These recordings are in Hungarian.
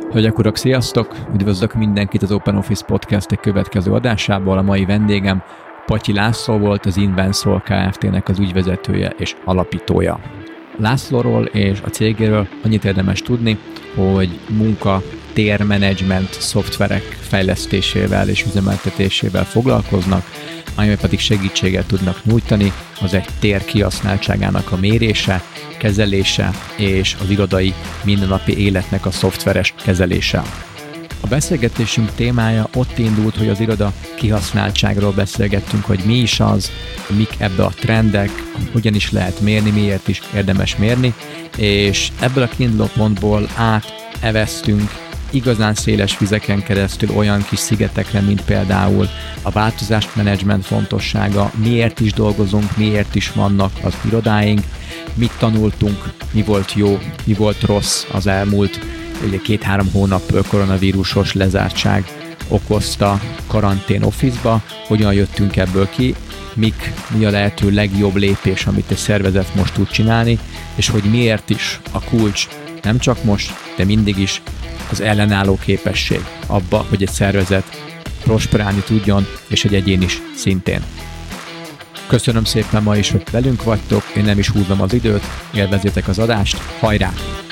Hölgyek, urak, sziasztok! Üdvözlök mindenkit az OpenOffice Podcast egy következő adásából. A mai vendégem Patyi László volt, az Invensol Kft-nek az ügyvezetője és alapítója. Lászlóról és a cégéről annyit érdemes tudni, hogy térmenedzsment szoftverek fejlesztésével és üzemeltetésével foglalkoznak, amivel pedig segítséget tudnak nyújtani, az egy tér kihasználtságának a mérése, kezelése és az irodai mindennapi életnek a szoftveres kezelése. A beszélgetésünk témája ott indult, hogy az iroda kihasználtságról beszélgettünk, hogy mi is az, mik ebbe a trendek, hogyan is lehet mérni, miért is érdemes mérni, és ebből a kiinduló pontból áteveztünk igazán széles vizeken keresztül olyan kis szigetekre, mint például a változásmenedzsment fontossága, miért is dolgozunk, miért is vannak az irodáink, mit tanultunk, mi volt jó, mi volt rossz az elmúlt 2-3 hónap koronavírusos lezártság okozta karantén office-ba, hogyan jöttünk ebből ki, mi a lehető legjobb lépés, amit egy szervezet most tud csinálni, és hogy miért is a kulcs nem csak most, de mindig is az ellenálló képesség abba, hogy egy szervezet prosperálni tudjon, és egy egyén is szintén. Köszönöm szépen ma is, hogy velünk vagytok, én nem is húzom az időt, élvezzétek az adást, hajrá!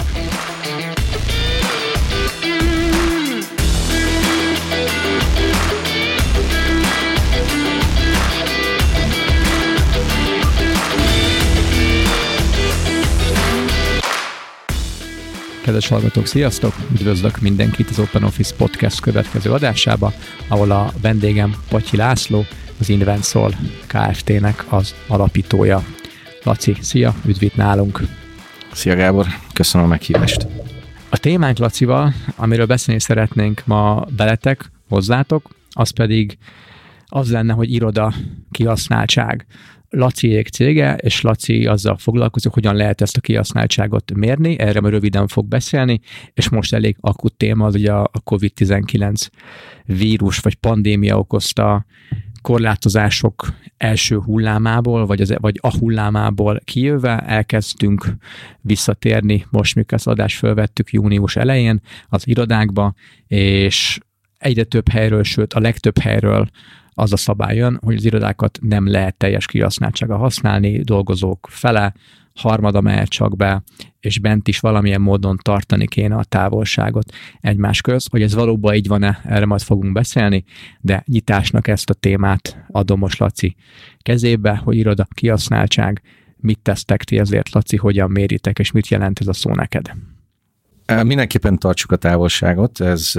Kedves hallgatók, sziasztok! Üdvözlök mindenkit az OpenOffice Podcast következő adásába, ahol a vendégem Patyi László, az Invensol Kft-nek az alapítója. Laci, szia! Üdv itt nálunk! Szia Gábor! Köszönöm a meghívást! A témánk Lacival, amiről beszélni szeretnénk ma veletek, hozzátok, az pedig az lenne, hogy iroda kihasználtság. Laciék cége, és Laci azzal foglalkozik, hogyan lehet ezt a kihasználtságot mérni, erre már röviden fog beszélni, és most elég akut téma az ugye a COVID-19 vírus vagy pandémia okozta korlátozások első hullámából, vagy a hullámából kijövve elkezdtünk visszatérni, most mikor az adást fölvettük június elején az irodákba, és egyre több helyről, sőt a legtöbb helyről az a szabály jön, hogy az irodákat nem lehet teljes kihasználtsága használni, dolgozók fele, harmada mehet csak be, és bent is valamilyen módon tartani kéne a távolságot egymás közt. Hogy ez valóban így van-e, erre majd fogunk beszélni, de nyitásnak ezt a témát adom most Laci kezébe, hogy iroda kihasználtság, mit tesztek ti ezért, Laci, hogyan méritek, és mit jelent ez a szó neked? Mindenképpen tartsuk a távolságot,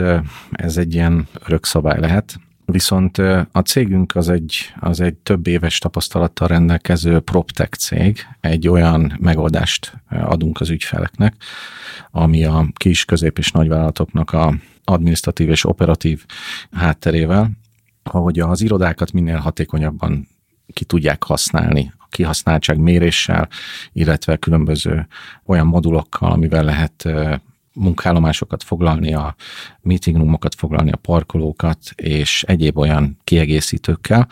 ez egy ilyen örök szabály lehet. Viszont a cégünk az egy több éves tapasztalattal rendelkező PropTech cég, egy olyan megoldást adunk az ügyfeleknek, ami a kis, közép és nagyvállalatoknak a adminisztratív és operatív hátterével, ahogy az irodákat minél hatékonyabban ki tudják használni, a kihasználtság méréssel, illetve különböző olyan modulokkal, amivel lehet munkállomásokat foglalni, a meeting roomokat foglalni, a parkolókat, és egyéb olyan kiegészítőkkel,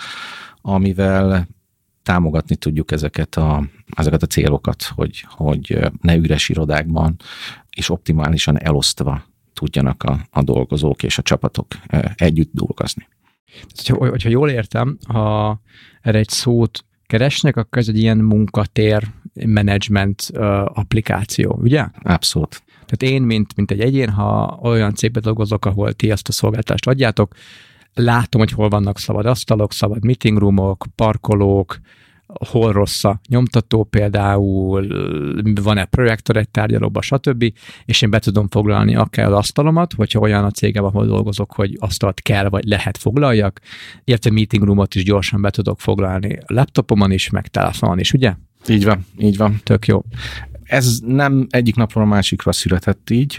amivel támogatni tudjuk ezeket a célokat, hogy ne üres irodákban, és optimálisan elosztva tudjanak a dolgozók és a csapatok együtt dolgozni. Hogyha jól értem, ha erre egy szót keresnek, akkor ez egy ilyen munkatér management applikáció, ugye? Abszolút. Tehát én, mint egy egyén, ha olyan cégben dolgozok, ahol ti ezt a szolgáltást adjátok, látom, hogy hol vannak szabad asztalok, szabad meeting roomok, parkolók, hol rossz a nyomtató például, van-e projektor egy tárgyalóba, stb. És én be tudom foglalni akár az asztalomat, hogyha olyan a cégem, ahol dolgozok, hogy asztalt kell vagy lehet foglaljak, illetve meeting roomot is gyorsan be tudok foglalni laptopomon is, meg telefonon is, ugye? Így van. Tök jó. Ez nem egyik napról a másikra született így.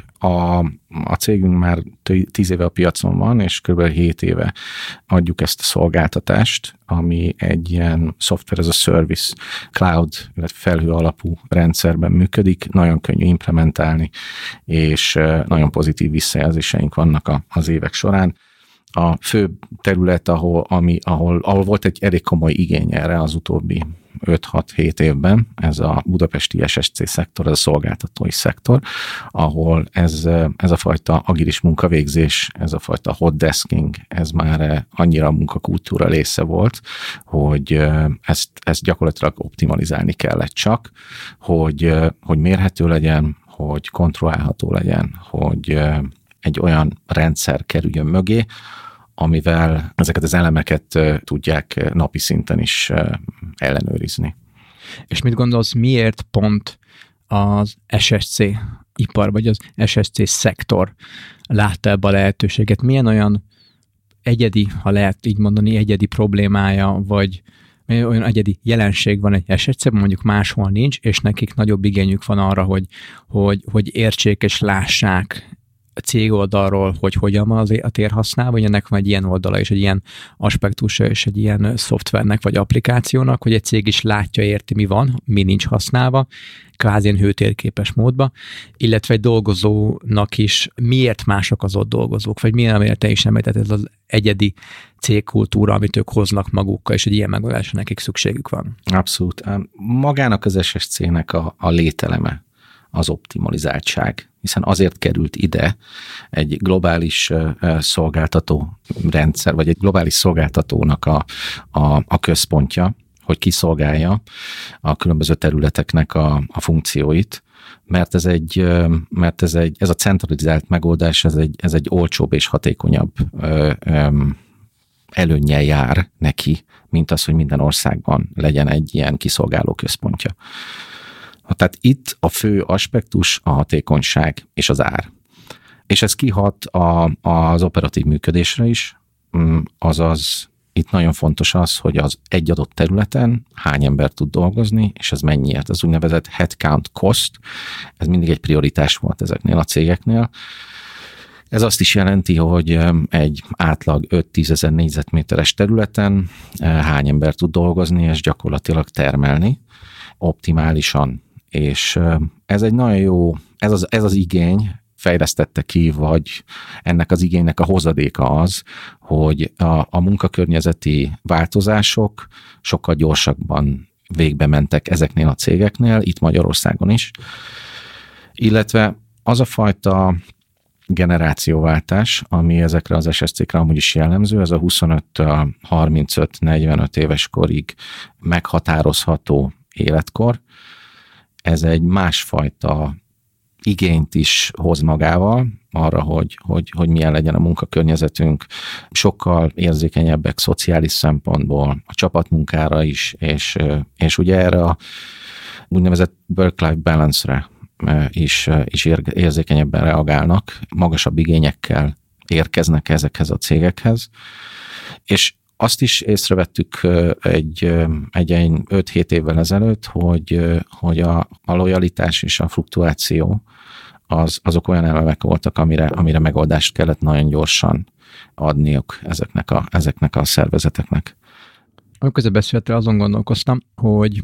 A cégünk már 10 éve a piacon van, és kb. 7 éve adjuk ezt a szolgáltatást, ami egy ilyen software as a service, cloud, illetve felhő alapú rendszerben működik, nagyon könnyű implementálni, és nagyon pozitív visszajelzéseink vannak az évek során. a fő terület, ahol volt egy elég komoly igény erre az utóbbi 5-6-7 évben, ez a budapesti SSC szektor, ez a szolgáltatói szektor, ahol ez a fajta agilis munkavégzés, ez a fajta hot desking, ez már annyira a munkakultúra része volt, hogy ezt gyakorlatilag optimalizálni kellett csak, hogy mérhető legyen, hogy kontrollálható legyen, hogy egy olyan rendszer kerüljön mögé, amivel ezeket az elemeket tudják napi szinten is ellenőrizni. És mit gondolsz, miért pont az SSC ipar, vagy az SSC szektor látta ebbe a lehetőséget? Milyen olyan egyedi, ha lehet így mondani, egyedi problémája, vagy olyan egyedi jelenség van egy SSC-ben, mondjuk máshol nincs, és nekik nagyobb igényük van arra, hogy értsék és lássák a cég oldalról, hogy hogyan van a tér használva, vagy ennek van egy ilyen oldala és egy ilyen aspektusa és egy ilyen szoftvernek vagy applikációnak, hogy egy cég is látja, érti, mi van, mi nincs használva, kvázi ilyen hőtérképes módba, illetve egy dolgozónak is miért mások az ott dolgozók, vagy milyen, amire te is említett, ez az egyedi cégkultúra, amit ők hoznak magukkal, és egy ilyen megoldásra nekik szükségük van. Abszolút. Magának az SSC-nek a lételeme az optimalizáltság, hiszen azért került ide egy globális szolgáltató rendszer, vagy egy globális szolgáltatónak a központja, hogy kiszolgálja a különböző területeknek a funkcióit, mert ez a centralizált megoldás, ez egy olcsóbb és hatékonyabb előnnyel jár neki, mint az, hogy minden országban legyen egy ilyen kiszolgáló központja. Tehát itt a fő aspektus a hatékonyság és az ár. És ez kihat az operatív működésre is, azaz itt nagyon fontos az, hogy az egy adott területen hány ember tud dolgozni, és ez mennyiért. Ez úgynevezett headcount cost, ez mindig egy prioritás volt ezeknél a cégeknél. Ez azt is jelenti, hogy egy átlag 5-10 ezer négyzetméteres területen hány ember tud dolgozni, és gyakorlatilag termelni optimálisan. És ez egy nagyon jó, ez az igény fejlesztette ki, vagy ennek az igénynek a hozadéka az, hogy a munkakörnyezeti változások sokkal gyorsabban végbe mentek ezeknél a cégeknél, itt Magyarországon is, illetve az a fajta generációváltás, ami ezekre az SSC-kre amúgy is jellemző, ez a 25-35-45 éves korig meghatározható életkor, ez egy másfajta igényt is hoz magával arra, hogy milyen legyen a munkakörnyezetünk, sokkal érzékenyebbek szociális szempontból, a csapatmunkára is, és ugye erre a úgynevezett work-life balance-re is érzékenyebben reagálnak, magasabb igényekkel érkeznek ezekhez a cégekhez, és azt is észrevettük egy 5-7 évvel ezelőtt, hogy a lojalitás és a fluktuáció azok olyan elemek voltak, amire megoldást kellett nagyon gyorsan adniuk ezeknek a szervezeteknek. Amikor ezzel beszéltél, azon gondolkoztam, hogy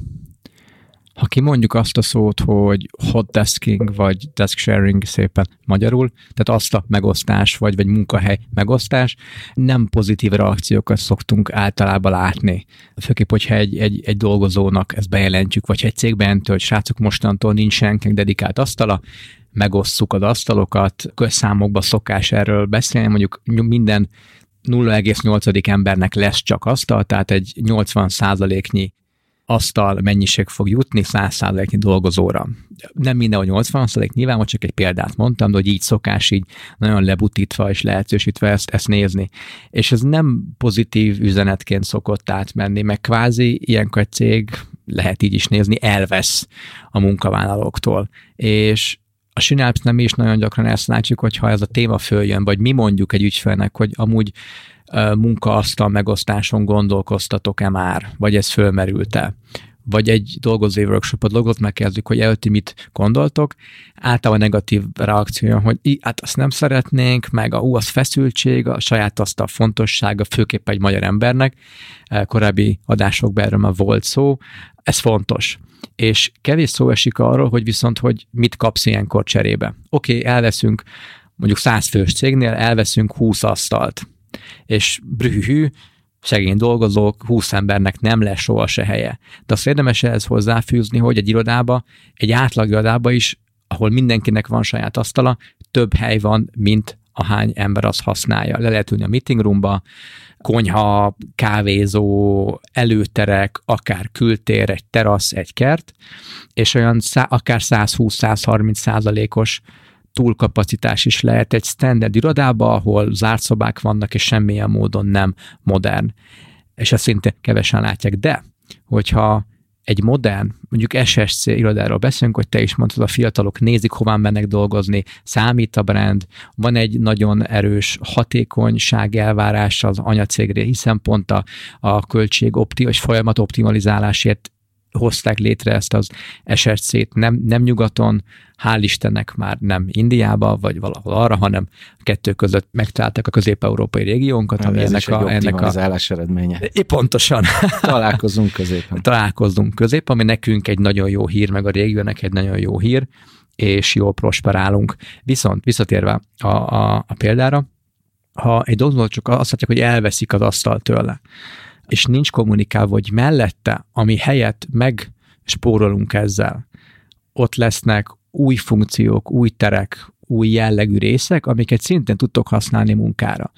ha kimondjuk azt a szót, hogy hot desking, vagy desk sharing szépen magyarul, tehát azt a megosztás, vagy munkahely megosztás, nem pozitív reakciókat szoktunk általában látni. Főképp, hogyha egy dolgozónak ezt bejelentjük, vagy egy cég bejelentő, hogy srácok, mostantól nincs senkinek dedikált asztala, megosszuk az asztalokat, közszámokban szokás erről beszélni, mondjuk minden 0,8. embernek lesz csak asztal, tehát egy 80%-nyi asztal mennyiség fog jutni 100%-nyi dolgozóra. Nem mindenhol 80%, nyilván, csak egy példát mondtam, de hogy így szokás, így nagyon lebutítva és lehetősítve ezt nézni. És ez nem pozitív üzenetként szokott átmenni, meg kvázi ilyenkor egy cég, lehet így is nézni, elvesz a munkavállalóktól. És a Synapse-nem is nagyon gyakran ezt látjuk, hogyha ez a téma följön, vagy mi mondjuk egy ügyfélnek, hogy amúgy munkaasztal megosztáson gondolkoztatok-e már, vagy ez fölmerült-e, vagy egy dolgozói workshopot logot megkezdjük, hogy előtti mit gondoltok, általában negatív reakció, hogy hát azt nem szeretnénk, meg az feszültség, a saját asztal fontossága, főképp egy magyar embernek, korábbi adásokban erről már volt szó, ez fontos. És kevés szó esik arról, hogy viszont, hogy mit kapsz ilyenkor cserébe. Oké, elveszünk mondjuk 100 fős cégnél, elveszünk 20 asztalt. És brühű, szegény dolgozók, 20 embernek nem lesz soha se helye. De azt érdemes ehhez hozzáfűzni, hogy egy irodába, egy átlag irodába is, ahol mindenkinek van saját asztala, több hely van, mint ahány ember azt használja. Le lehet ülni a meeting roomba, konyha, kávézó, előterek, akár kültér, egy terasz, egy kert, és olyan akár 120-130%-os túlkapacitás is lehet egy standard irodába, ahol zárt szobák vannak, és semmilyen módon nem modern. És ezt szinte kevesen látják. De, hogyha egy modern, mondjuk SSC irodáról beszélünk, hogy te is mondtad, a fiatalok nézik, hová mennek dolgozni, számít a brand, van egy nagyon erős hatékonyság elvárás az anyacégre, hiszen pont a költség és folyamat optimalizálásért hozták létre ezt az SSC-t nem nyugaton, hál' Istennek már nem Indiába, vagy valahol arra, hanem a kettő között megtalálták a közép-európai régiónkat, ami ennek a optimalizálás eredménye. Pontosan. Találkozunk középen. Ami nekünk egy nagyon jó hír, meg a régiónak egy nagyon jó hír, és jól prosperálunk. Viszont visszatérve a példára, ha egy dolgozó csak azt látják, hogy elveszik az asztalt tőle, és nincs kommunikálva, hogy mellette, ami helyett megspórolunk ezzel, ott lesznek új funkciók, új terek, új jellegű részek, amiket szintén tudtok használni munkára.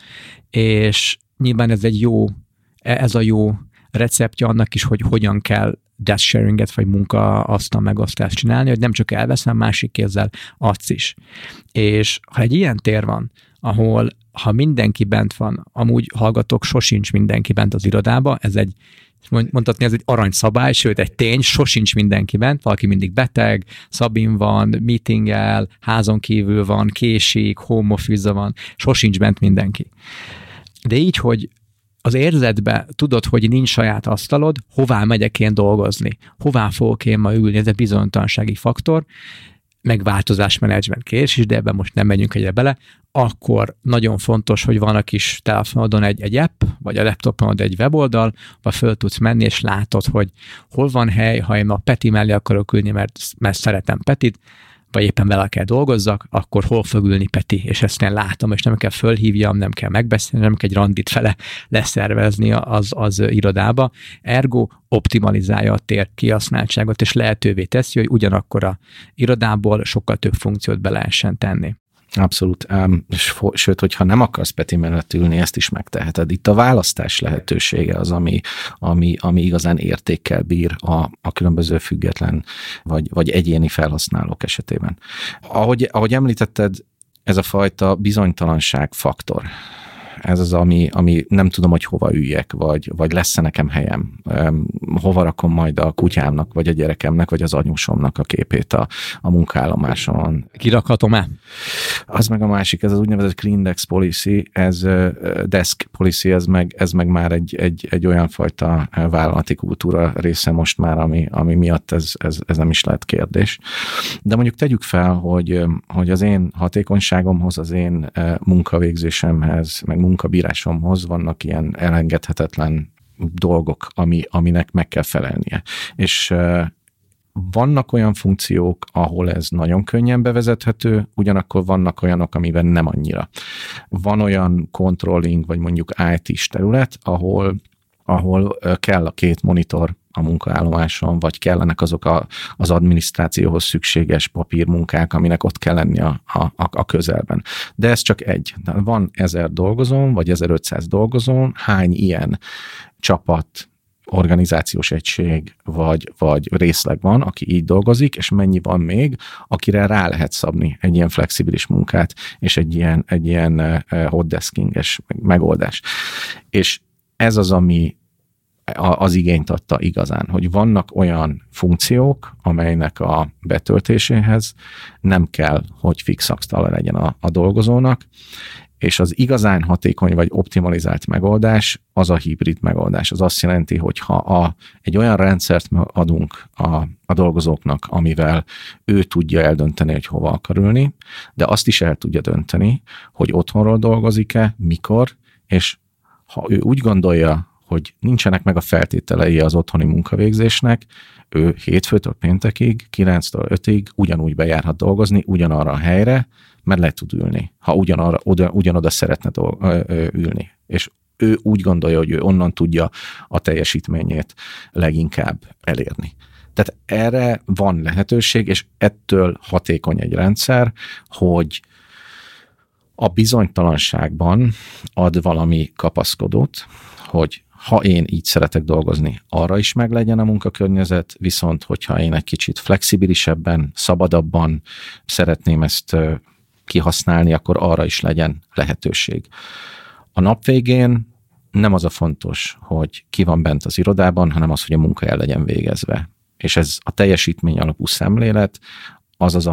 És nyilván ez a jó receptje annak is, hogy hogyan kell desk sharinget, vagy munkaasztal megosztást csinálni, hogy nem csak elveszem, másik kézzel adsz is. És ha egy ilyen tér van, ahol ha mindenki bent van, amúgy hallgatok, sosincs mindenki bent az irodába, ez egy, mondhatni, ez egy aranyszabály, sőt egy tény, sosincs mindenki bent, valaki mindig beteg, szabin van, meetingel, házon kívül van, késik, home office van, sosincs bent mindenki. De így, hogy az érzetbe tudod, hogy nincs saját asztalod, hová megyek én dolgozni, hová fogok én ma ülni, ez egy bizonytalansági faktor, meg változásmenedzsment kérdés is, de ebben most nem megyünk egyre bele, akkor nagyon fontos, hogy van a kis telefonodon egy app, vagy a laptopon egy weboldal, vagy föl tudsz menni, és látod, hogy hol van hely, ha én a Peti mellé akarok ülni, mert szeretem Petit, vagy éppen vele kell dolgozzak, akkor hol fog ülni Peti, és ezt én látom, és nem kell fölhívjam, nem kell megbeszélni, nem kell egy randit fele leszervezni az irodába. Ergo optimalizálja a tér kihasználtságot, és lehetővé teszi, hogy ugyanakkor a irodából sokkal több funkciót be lehessen tenni. Abszolút. Sőt, hogyha nem akarsz Peti mellett ülni, ezt is megteheted. Itt a választás lehetősége az, ami igazán értékkel bír a különböző független vagy egyéni felhasználók esetében. Ahogy említetted, ez a fajta bizonytalanság faktor. Ez az, ami nem tudom, hogy hova üljek, vagy lesz-e nekem helyem, hova rakom majd a kutyámnak, vagy a gyerekemnek, vagy az anyósomnak a képét a munkaállomásomon. Kirakhatom-e? Az meg a másik, ez az úgynevezett clean desk policy, desk policy, ez meg már egy olyan fajta vállalati kultúra része most már, ami miatt ez nem is lehet kérdés. De mondjuk tegyük fel, hogy az én hatékonyságomhoz, az én munkavégzésemhez, meg munkabírásomhoz vannak ilyen elengedhetetlen dolgok, aminek meg kell felelnie. És vannak olyan funkciók, ahol ez nagyon könnyen bevezethető, ugyanakkor vannak olyanok, amiben nem annyira. Van olyan controlling, vagy mondjuk IT-s terület, ahol kell a 2 monitor a munkaállomáson, vagy kellenek azok az adminisztrációhoz szükséges papírmunkák, aminek ott kell lenni a közelben. De ez csak egy. Van 1000 dolgozón, vagy 1500 dolgozón, hány ilyen csapat, organizációs egység, vagy részleg van, aki így dolgozik, és mennyi van még, akire rá lehet szabni egy ilyen flexibilis munkát, és egy ilyen hotdeskinges megoldás. És ez az, ami az igényt adta igazán, hogy vannak olyan funkciók, amelynek a betöltéséhez nem kell, hogy fix asztala legyen a dolgozónak, és az igazán hatékony vagy optimalizált megoldás az a hibrid megoldás. Az azt jelenti, hogy ha egy olyan rendszert adunk a dolgozóknak, amivel ő tudja eldönteni, hogy hova akar ülni, de azt is el tudja dönteni, hogy otthonról dolgozik-e, mikor, és ha ő úgy gondolja, hogy nincsenek meg a feltételei az otthoni munkavégzésnek, ő hétfőtől péntekig, 9-től 5-ig ugyanúgy bejárhat dolgozni, ugyanarra a helyre, mert le tud ülni, ha ugyanoda szeretne ülni. és ő úgy gondolja, hogy ő onnan tudja a teljesítményét leginkább elérni. Tehát erre van lehetőség, és ettől hatékony egy rendszer, hogy a bizonytalanságban ad valami kapaszkodót, hogy ha én így szeretek dolgozni, arra is meglegyen a munkakörnyezet, viszont hogyha én egy kicsit flexibilisebben, szabadabban szeretném ezt kihasználni, akkor arra is legyen lehetőség. A nap végén nem az a fontos, hogy ki van bent az irodában, hanem az, hogy a munka el legyen végezve. És ez a teljesítmény alapú szemlélet, az,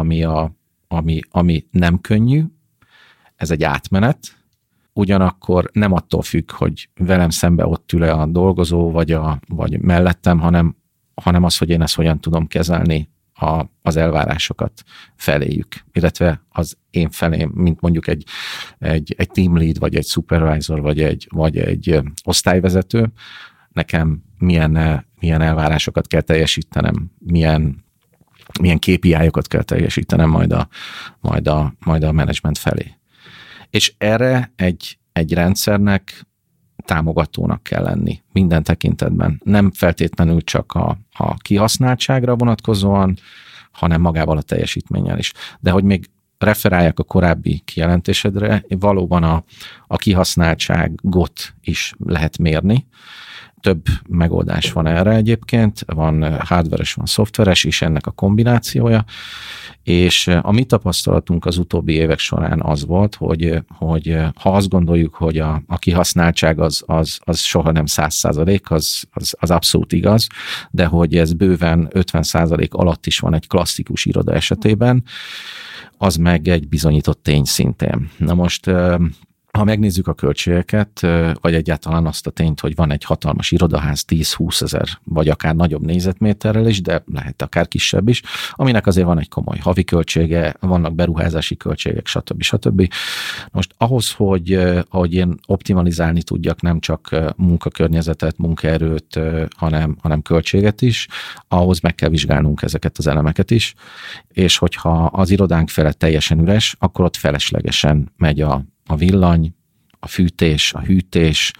ami nem könnyű, ez egy átmenet, ugyanakkor nem attól függ, hogy velem szembe ott ül-e a dolgozó, vagy mellettem, hanem az, hogy én ezt hogyan tudom kezelni az elvárásokat feléjük, illetve az én felém, mint mondjuk egy team lead, vagy egy supervisor, vagy egy osztályvezető, nekem milyen elvárásokat kell teljesítenem, milyen KPI-okat kell teljesítenem majd a menedzsment felé. És erre egy rendszernek támogatónak kell lenni minden tekintetben. Nem feltétlenül csak a kihasználtságra vonatkozóan, hanem magával a teljesítménnyel is. De hogy még referáljak a korábbi kijelentésedre, valóban a kihasználtságot is lehet mérni. Több megoldás van erre egyébként, van hardveres, van szoftveres is ennek a kombinációja, és a mi tapasztalatunk az utóbbi évek során az volt, hogy ha azt gondoljuk, hogy a kihasználtság az soha nem 100%, az abszolút igaz, de hogy ez bőven 50% alatt is van egy klasszikus iroda esetében, az meg egy bizonyított tény szintén. Na most ha megnézzük a költségeket, vagy egyáltalán azt a tényt, hogy van egy hatalmas irodaház 10-20 ezer, vagy akár nagyobb négyzetméterrel is, de lehet akár kisebb is, aminek azért van egy komoly havi költsége, vannak beruházási költségek, stb. Most ahhoz, hogy én optimalizálni tudjak nem csak munkakörnyezetet, munkaerőt, hanem költséget is, ahhoz meg kell vizsgálnunk ezeket az elemeket is, és hogyha az irodánk felett teljesen üres, akkor ott feleslegesen megy a villany, a fűtés, a hűtés,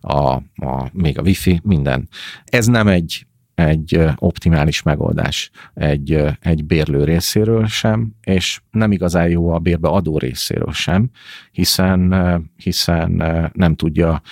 még a wifi, minden. Ez nem egy optimális megoldás egy bérlő részéről sem, és nem igazán jó a bérbe adó részéről sem, hiszen nem tudja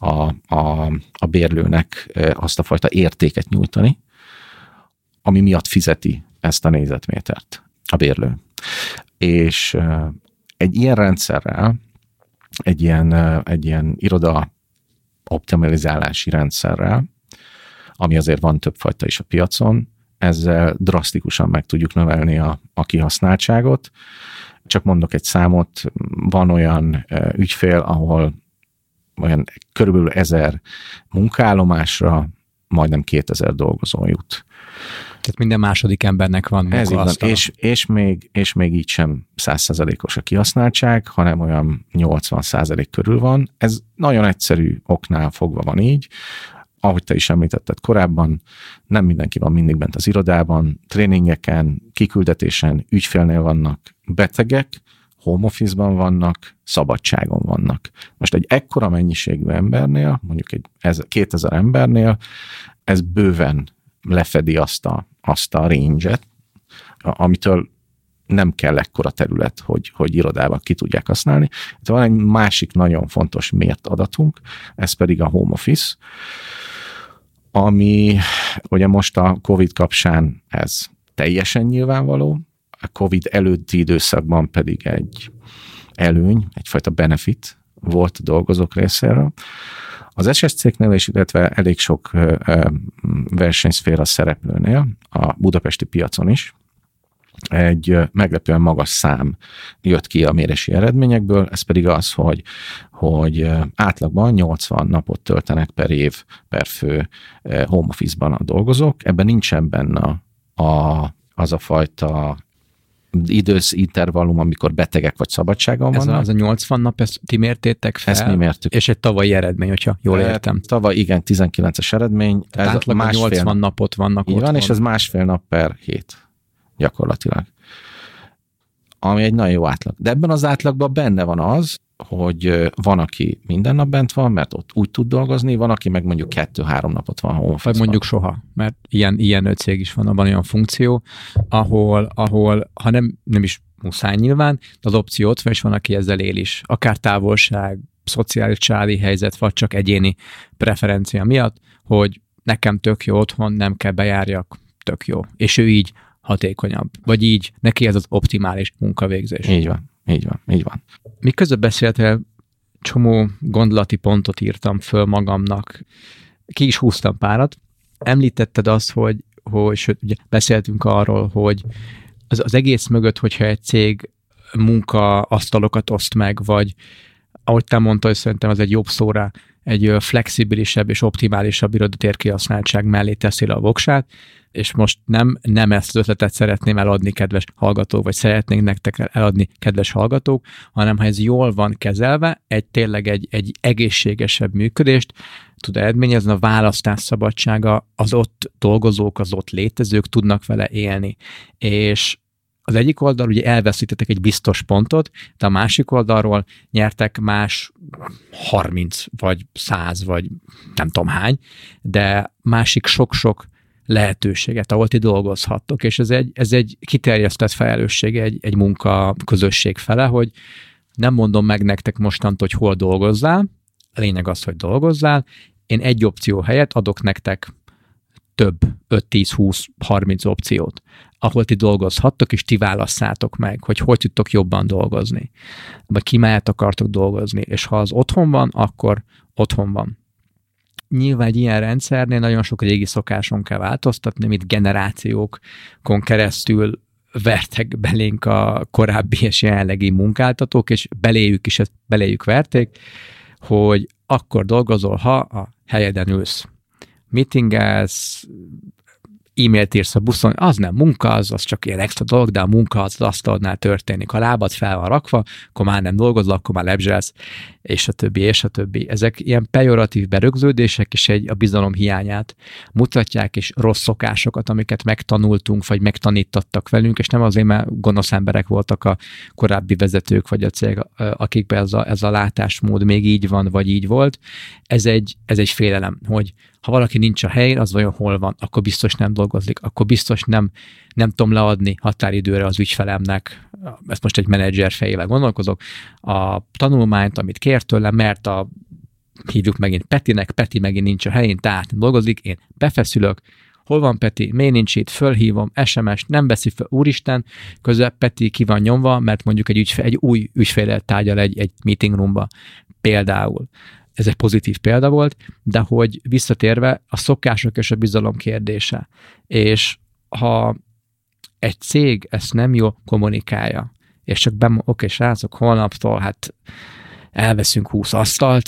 a bérlőnek azt a fajta értéket nyújtani, ami miatt fizeti ezt a négyzetmétert a bérlő. És egy ilyen rendszerrel, egy ilyen iroda optimalizálási rendszerrel, ami azért van többfajta is a piacon, ezzel drasztikusan meg tudjuk növelni a kihasználtságot. Csak mondok egy számot, van olyan ügyfél, ahol olyan körülbelül 1000 munkaállomásra majdnem 2000 dolgozó jut. Tehát minden második embernek van munkaasztala. És még így sem 100%-os a kihasználtság, hanem olyan 80% körül van. Ez nagyon egyszerű oknál fogva van így. Ahogy te is említetted korábban, nem mindenki van mindig bent az irodában, tréningeken, kiküldetésen, ügyfélnél vannak betegek, home office-ban vannak, szabadságon vannak. Most egy ekkora mennyiségű embernél, mondjuk egy 2000 embernél, ez bőven lefedi azt a range-et, amitől nem kell ekkora terület, hogy irodában ki tudják használni. Itt van egy másik nagyon fontos mért adatunk, ez pedig a home office, ami ugye most a Covid kapcsán ez teljesen nyilvánvaló, a Covid előtti időszakban pedig egy előny, egyfajta benefit volt a dolgozók részéről. Az SSC-knél is, illetve elég sok versenyszféra szereplőnél, a budapesti piacon is, egy meglepően magas szám jött ki a mérési eredményekből, ez pedig az, hogy átlagban 80 napot töltenek per év, per fő home office-ban a dolgozók. Ebben nincsen benne az a fajta időintervallum, amikor betegek vagy szabadságon vannak. Ez a 80 nap, ezt ti mértétek fel? Ezt mi mértük. És egy tavalyi eredmény, hogyha jól értem. Tavaly igen, 19-es eredmény. Tehát ez átlagban 80 napot vannak ott. Van, és ez másfél nap per hét gyakorlatilag. Ami egy nagyon jó átlag. De ebben az átlagban benne van az, hogy van, aki minden nap bent van, mert ott úgy tud dolgozni, van, aki meg mondjuk 2-3 napot van home office-ban. Vagy mondjuk soha, mert ilyen cég is van olyan funkció, ahol ha nem is muszáj nyilván, de az opció ott van, és van, aki ezzel él is. Akár távolság, szociális családi helyzet, vagy csak egyéni preferencia miatt, hogy nekem tök jó otthon, nem kell bejárjak, tök jó. És ő így hatékonyabb. Vagy így, neki ez az optimális munkavégzés. Így van. Miközben beszéltél, csomó gondolati pontot írtam föl magamnak. Ki is húztam párat. Említetted azt, hogy sőt, ugye beszéltünk arról, hogy az egész mögött, hogyha egy cég munkaasztalokat oszt meg, vagy ahogy te mondtad, hogy szerintem ez egy jobb szóra, egy flexibilisebb és optimálisabb irodatér kihasználtság mellé teszi le a voksát, és most nem ezt az ötletet szeretném eladni, kedves hallgatók, vagy szeretnénk nektek eladni, kedves hallgatók, hanem ha ez jól van kezelve, tényleg egy egészségesebb működést tud eredményezni, a választás szabadsága, az ott dolgozók, az ott létezők tudnak vele élni. És az egyik oldal ugye elveszítettek egy biztos pontot, de a másik oldalról nyertek más 30 vagy 100 vagy nem tudom hány, de másik sok-sok lehetőséget, ahol ti dolgozhattok, és ez egy kiterjesztett felelősség egy munka közösség fele, hogy nem mondom meg nektek mostantól, hogy hol dolgozzál, a lényeg az, hogy dolgozzál, én egy opció helyett adok nektek több 5-10-20-30 opciót, ahol ti dolgozhattok, és ti válasszátok meg, hogy tudtok jobban dolgozni, vagy ki mellett akartok dolgozni, és ha az otthon van, akkor otthon van. Nyilván egy ilyen rendszernél nagyon sok régi szokáson kell változtatni, amit generációkon keresztül vertek belénk a korábbi és jelenlegi munkáltatók, és beléjük verték, hogy akkor dolgozol, ha a helyeden ülsz. Meetingelsz, e-mailt írsz a buszon, az nem munka, az csak ilyen extra dolog, de a munka az asztalnál történik. Ha lábad fel van rakva, akkor már nem dolgozol, akkor már lebzselsz, és a többi. Ezek ilyen pejoratív berögződések, és a bizalom hiányát mutatják, és rossz szokásokat, amiket megtanultunk, vagy megtanítottak velünk, és nem azért, mert gonosz emberek voltak a korábbi vezetők, vagy a cég, akikben ez a látásmód még így van, vagy így volt. Ez egy félelem, hogy ha valaki nincs a helyén, az vajon hol van, akkor biztos nem dolgozik, akkor biztos nem tudom leadni határidőre az ügyfelemnek, ezt most egy menedzser fejével gondolkozok, a tanulmányt, amit kér tőlem, mert hívjuk megint Petinek, Peti megint nincs a helyén, tehát nem dolgozik, én befeszülök, hol van Peti, miért nincs itt, fölhívom, SMS, nem veszi fel, úristen, közben Peti ki van nyomva, mert mondjuk egy új ügyféllel tárgyal egy meeting roomba, például. Ez egy pozitív példa volt, de hogy visszatérve a szokások és a bizalom kérdése. És ha egy cég ezt nem jól kommunikálja, és csak oké, srácok, holnaptól elveszünk 20 asztalt,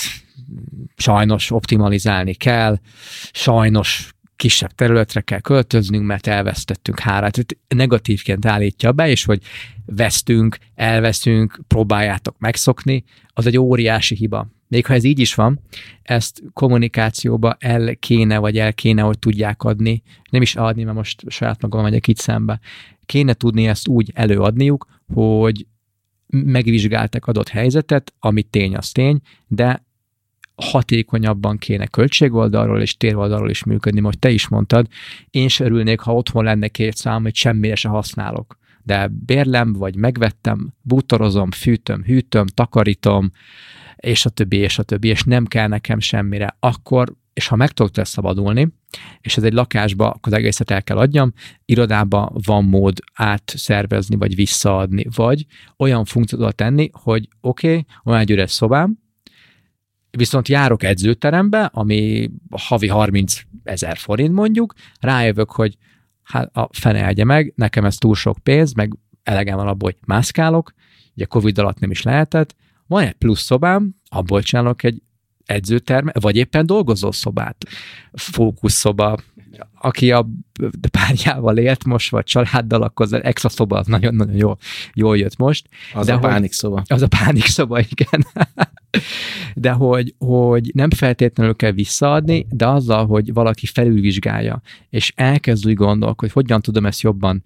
sajnos optimalizálni kell, sajnos kisebb területre kell költöznünk, mert elvesztettünk 3. Negatívként állítja be, és hogy vesztünk, elveszünk, próbáljátok megszokni, az egy óriási hiba. Még ha ez így is van, ezt kommunikációba el kéne, hogy tudják adni, nem is adni, mert most saját magam megyek itt szembe, kéne tudni ezt úgy előadniuk, hogy megvizsgáltak adott helyzetet, ami tény, az tény, de hatékonyabban kéne költségoldalról és téroldalról is működni, most te is mondtad, én se örülnék, ha otthon lenne 2 szám, hogy semmire se használok. De bérlem, vagy megvettem, bútorozom, fűtöm, hűtöm, takarítom, és a többi, és nem kell nekem semmire. Akkor, és ha meg tudok szabadulni, és ez egy lakásba, akkor az egészet el kell adjam, irodában van mód átszervezni, vagy visszaadni, vagy olyan funkciót tenni, hogy oké, van egy üres szobám, viszont járok edzőterembe, ami havi 30 000 forint mondjuk, rájövök, hogy a fene elgye meg, nekem ez túl sok pénz, meg elegem van abból, hogy mászkálok, ugye Covid alatt nem is lehetett, van egy plusz szobám, abból csinálok egy edzőtermet, vagy éppen dolgozószobát, fókuszszoba, aki a párjával élt most, vagy családdal, akkor az extra szoba az nagyon-nagyon jól jött most. Az a pánikszoba. Az a pánikszoba, igen. De hogy nem feltétlenül kell visszaadni, de azzal, hogy valaki felülvizsgálja, és elkezd úgy gondolni, hogy hogyan tudom ezt jobban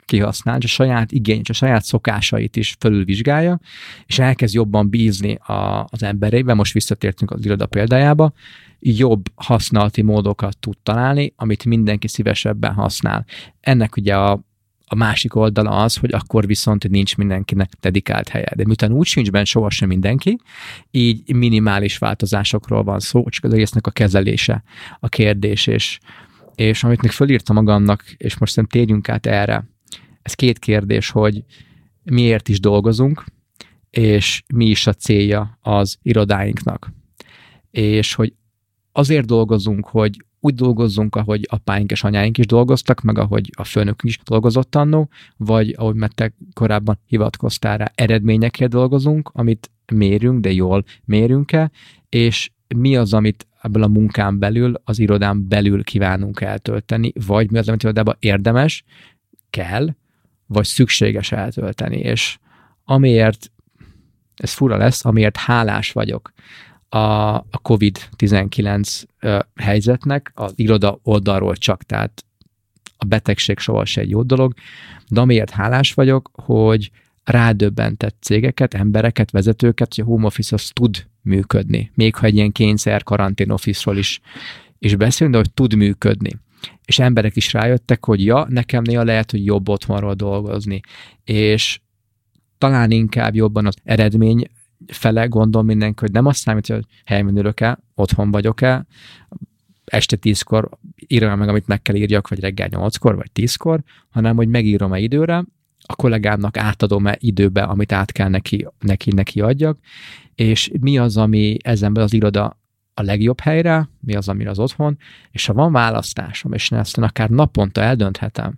kihasznál, a saját igényt, a saját szokásait is fölülvizsgálja, és elkezd jobban bízni az embereiben, most visszatértünk az iroda példájába, jobb használati módokat tud találni, amit mindenki szívesebben használ. Ennek ugye a másik oldala az, hogy akkor viszont nincs mindenkinek dedikált helye. De miután úgy sincs benne sohasem mindenki, így minimális változásokról van szó, csak az egésznek a kezelése, a kérdés, és amit még fölírtam magamnak, és most szerintem térjünk át erre, ez 2 kérdés, hogy miért is dolgozunk, és mi is a célja az irodáinknak. És hogy azért dolgozunk, hogy úgy dolgozzunk, ahogy apáink és anyáink is dolgoztak, meg ahogy a főnökünk is dolgozott annó, vagy ahogy te korábban hivatkoztál rá, eredményekért dolgozunk, amit mérünk, de jól mérünk-e, és mi az, amit ebből a munkán belül, az irodán belül kívánunk eltölteni, vagy mi az, amit irodában érdemes, kell, vagy szükséges eltölteni. És amiért, ez fura lesz, amiért hálás vagyok a COVID-19 helyzetnek, az iroda oldalról csak, tehát a betegség sohasem egy jó dolog, de amiért hálás vagyok, hogy rádöbbentett cégeket, embereket, vezetőket, hogy a home office az tud működni. Még ha egy ilyen kényszer karantén office-ról is beszélünk, de hogy tud működni. És emberek is rájöttek, hogy nekem néha lehet, hogy jobb otthonról dolgozni. És talán inkább jobban az eredmény fele gondol mindenki, hogy nem azt számít, hogy helyben ülök-e, otthon vagyok-e, este 10-kor írom meg, amit meg kell írjak, vagy reggel 8-kor, vagy 10-kor, hanem hogy megírom-e időre, a kollégámnak átadom-e időbe, amit át kell neki adjak, és mi az, ami ezen az iroda a legjobb helyre, mi az, amire az otthon, és ha van választásom, és ezt akár naponta eldönthetem,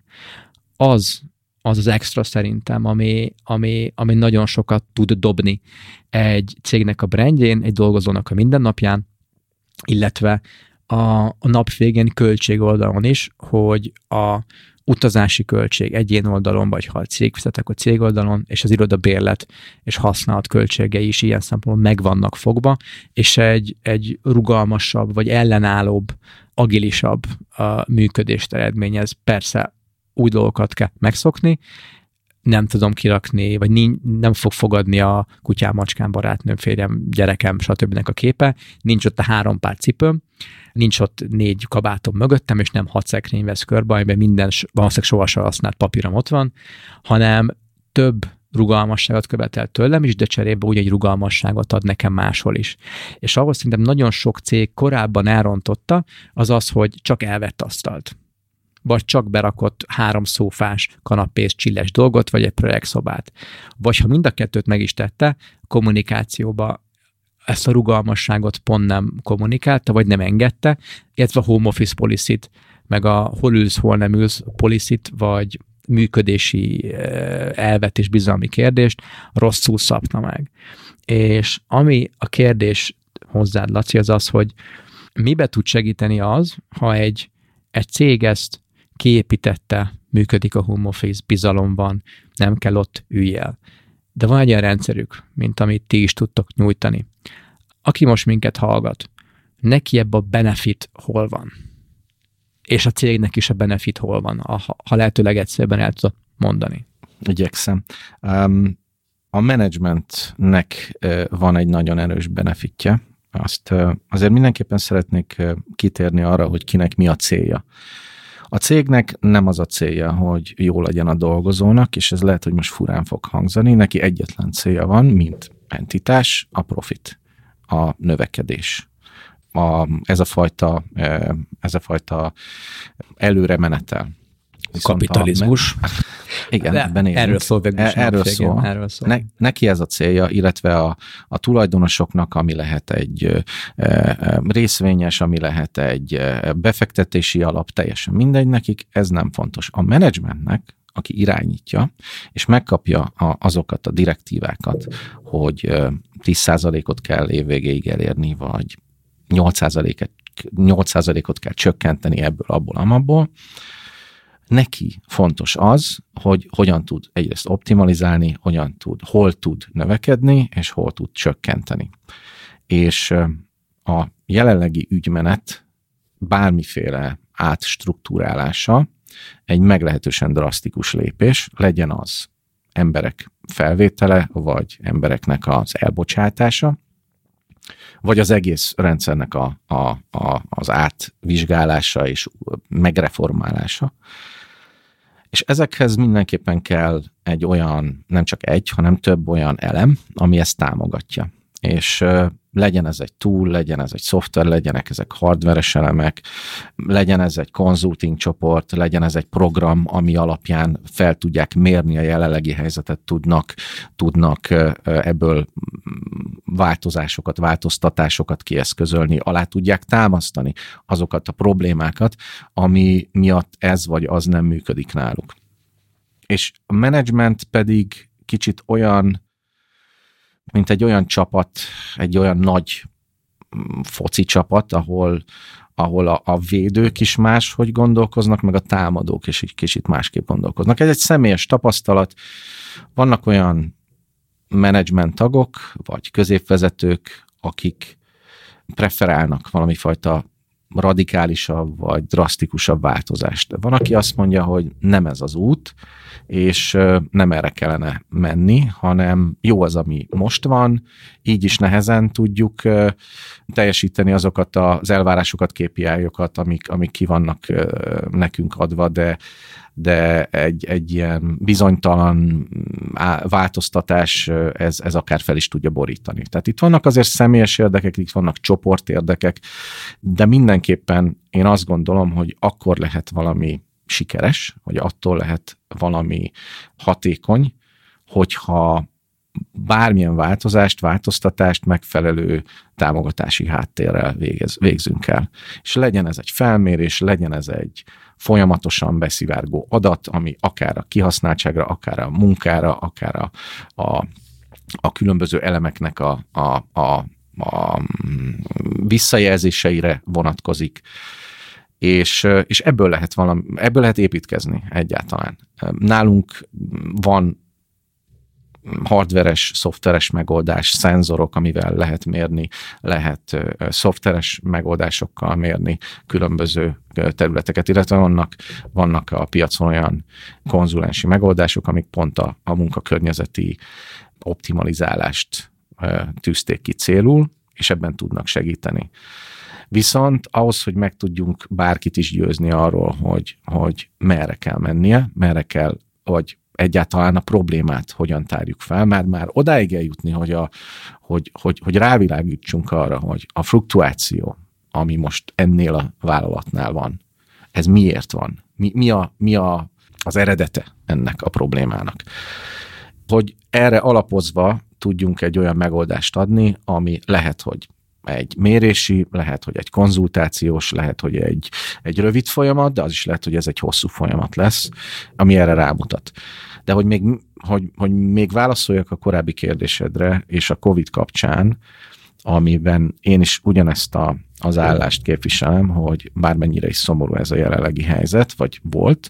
az extra szerintem, ami nagyon sokat tud dobni egy cégnek a brandjén, egy dolgozónak a mindennapján, illetve a nap végén költség oldalon is, hogy a utazási költség egyén oldalon, vagy ha a cég fizet, akkor cég oldalon, és az iroda bérlet és használat költségei is ilyen szempontból meg vannak fogva, és egy rugalmasabb, vagy ellenállóbb, agilisabb működést eredményez. Persze új dolgokat kell megszokni, nem tudom kirakni, vagy nem fog fogadni a kutyám, macskám, barátnőm, férjem, gyerekem, stb. A képe, nincs ott a 3 pár cipőm, nincs ott 4 kabátom mögöttem, és nem 6 szekrény vesz körbe, amiben minden valószínűleg sohasem használt papírom ott van, hanem több rugalmasságot követel tőlem is, de cserébe úgy egy rugalmasságot ad nekem máshol is. És ahhoz szerintem nagyon sok cég korábban elrontotta, az, hogy csak elvett asztalt, vagy csak berakott 3 szófás, kanapés, csilles dolgot, vagy egy projektszobát. Vagy ha mind a kettőt meg is tette, kommunikációba ezt a rugalmasságot pont nem kommunikálta, vagy nem engedte, illetve a home office policy-t, meg a hol ülsz, hol nem ülsz policy-t, vagy működési elvet és bizalmi kérdést rosszul szabta meg. És ami a kérdés hozzád, Laci, az, hogy mibe tud segíteni az, ha egy cég ezt kiépítette, működik a home office, bizalom van, nem kell ott ülj el. De van egy olyan rendszerük, mint amit ti is tudtok nyújtani. Aki most minket hallgat, neki ebben a benefit hol van? És a cégnek is a benefit hol van, ha lehetőleg egyszerűen el tudod mondani. Igyekszem. A menedzsmentnek van egy nagyon erős benefitje. Azt azért mindenképpen szeretnék kitérni arra, hogy kinek mi a célja. A cégnek nem az a célja, hogy jó legyen a dolgozónak, és ez lehet, hogy most furán fog hangzani, neki egyetlen célja van, mint entitás, a profit, a növekedés. Ez a fajta előre menetel. Kapitalizmus. Igen, benézünk. Erről szól. Neki ez a célja, illetve a tulajdonosoknak, ami lehet egy részvényes, ami lehet egy befektetési alap, teljesen mindegy nekik, ez nem fontos. A menedzsmentnek, aki irányítja, és megkapja azokat a direktívákat, hogy 10%-ot kell évvégéig elérni, vagy 8%-ot kell csökkenteni ebből, abból, amabból. Neki fontos az, hogy hogyan tud egyrészt optimalizálni, hol tud növekedni, és hol tud csökkenteni. És a jelenlegi ügymenet bármiféle átstruktúrálása egy meglehetősen drasztikus lépés, legyen az emberek felvétele, vagy embereknek az elbocsátása, vagy az egész rendszernek az átvizsgálása és megreformálása. És ezekhez mindenképpen kell egy olyan, nem csak egy, hanem több olyan elem, ami ezt támogatja. És legyen ez egy tool, legyen ez egy szoftver, legyenek ezek hardveres elemek, legyen ez egy consulting csoport, legyen ez egy program, ami alapján fel tudják mérni a jelenlegi helyzetet, tudnak ebből változásokat, változtatásokat kieszközölni, alá tudják támasztani azokat a problémákat, ami miatt ez vagy az nem működik náluk. És a menedzsment pedig kicsit olyan, mint egy olyan csapat, egy olyan nagy foci csapat, ahol a védők is máshogy gondolkoznak, meg a támadók is egy kicsit másképp gondolkoznak. Ez egy személyes tapasztalat. Vannak olyan menedzsment tagok, vagy középvezetők, akik preferálnak valami fajta radikálisabb, vagy drasztikusabb változást. Van, aki azt mondja, hogy nem ez az út, és nem erre kellene menni, hanem jó az, ami most van, így is nehezen tudjuk teljesíteni azokat az elvárásokat, KPI-okat, amik ki vannak nekünk adva, de egy ilyen bizonytalan változtatás, ez akár fel is tudja borítani. Tehát itt vannak azért személyes érdekek, itt vannak csoportérdekek, de mindenképpen én azt gondolom, hogy akkor lehet valami sikeres, vagy attól lehet valami hatékony, hogyha bármilyen változtatást megfelelő támogatási háttérrel végzünk el. És legyen ez egy felmérés, legyen ez egy folyamatosan beszivárgó adat, ami akár a kihasználtságra, akár a munkára, akár a különböző elemeknek a visszajelzéseire vonatkozik. És ebből lehet építkezni egyáltalán. Nálunk van hardveres, szoftveres megoldás, szenzorok, amivel lehet mérni, lehet szoftveres megoldásokkal mérni különböző területeket, illetve vannak a piacon olyan konzulensi megoldások, amik pont a munkakörnyezeti optimalizálást tűzték ki célul, és ebben tudnak segíteni. Viszont ahhoz, hogy meg tudjunk bárkit is győzni arról, hogy merre kell mennie, vagy egyáltalán a problémát hogyan tárjuk fel, már odáig eljutni, hogy rávilágítsunk arra, hogy a fluktuáció, ami most ennél a vállalatnál van, ez miért van? Mi az eredete ennek a problémának? Hogy erre alapozva tudjunk egy olyan megoldást adni, ami lehet, hogy egy mérési, lehet, hogy egy konzultációs, lehet, hogy egy rövid folyamat, de az is lehet, hogy ez egy hosszú folyamat lesz, ami erre rámutat. De hogy még válaszoljak a korábbi kérdésedre, és a COVID kapcsán, amiben én is ugyanezt az állást képviselem, hogy bármennyire is szomorú ez a jelenlegi helyzet, vagy volt,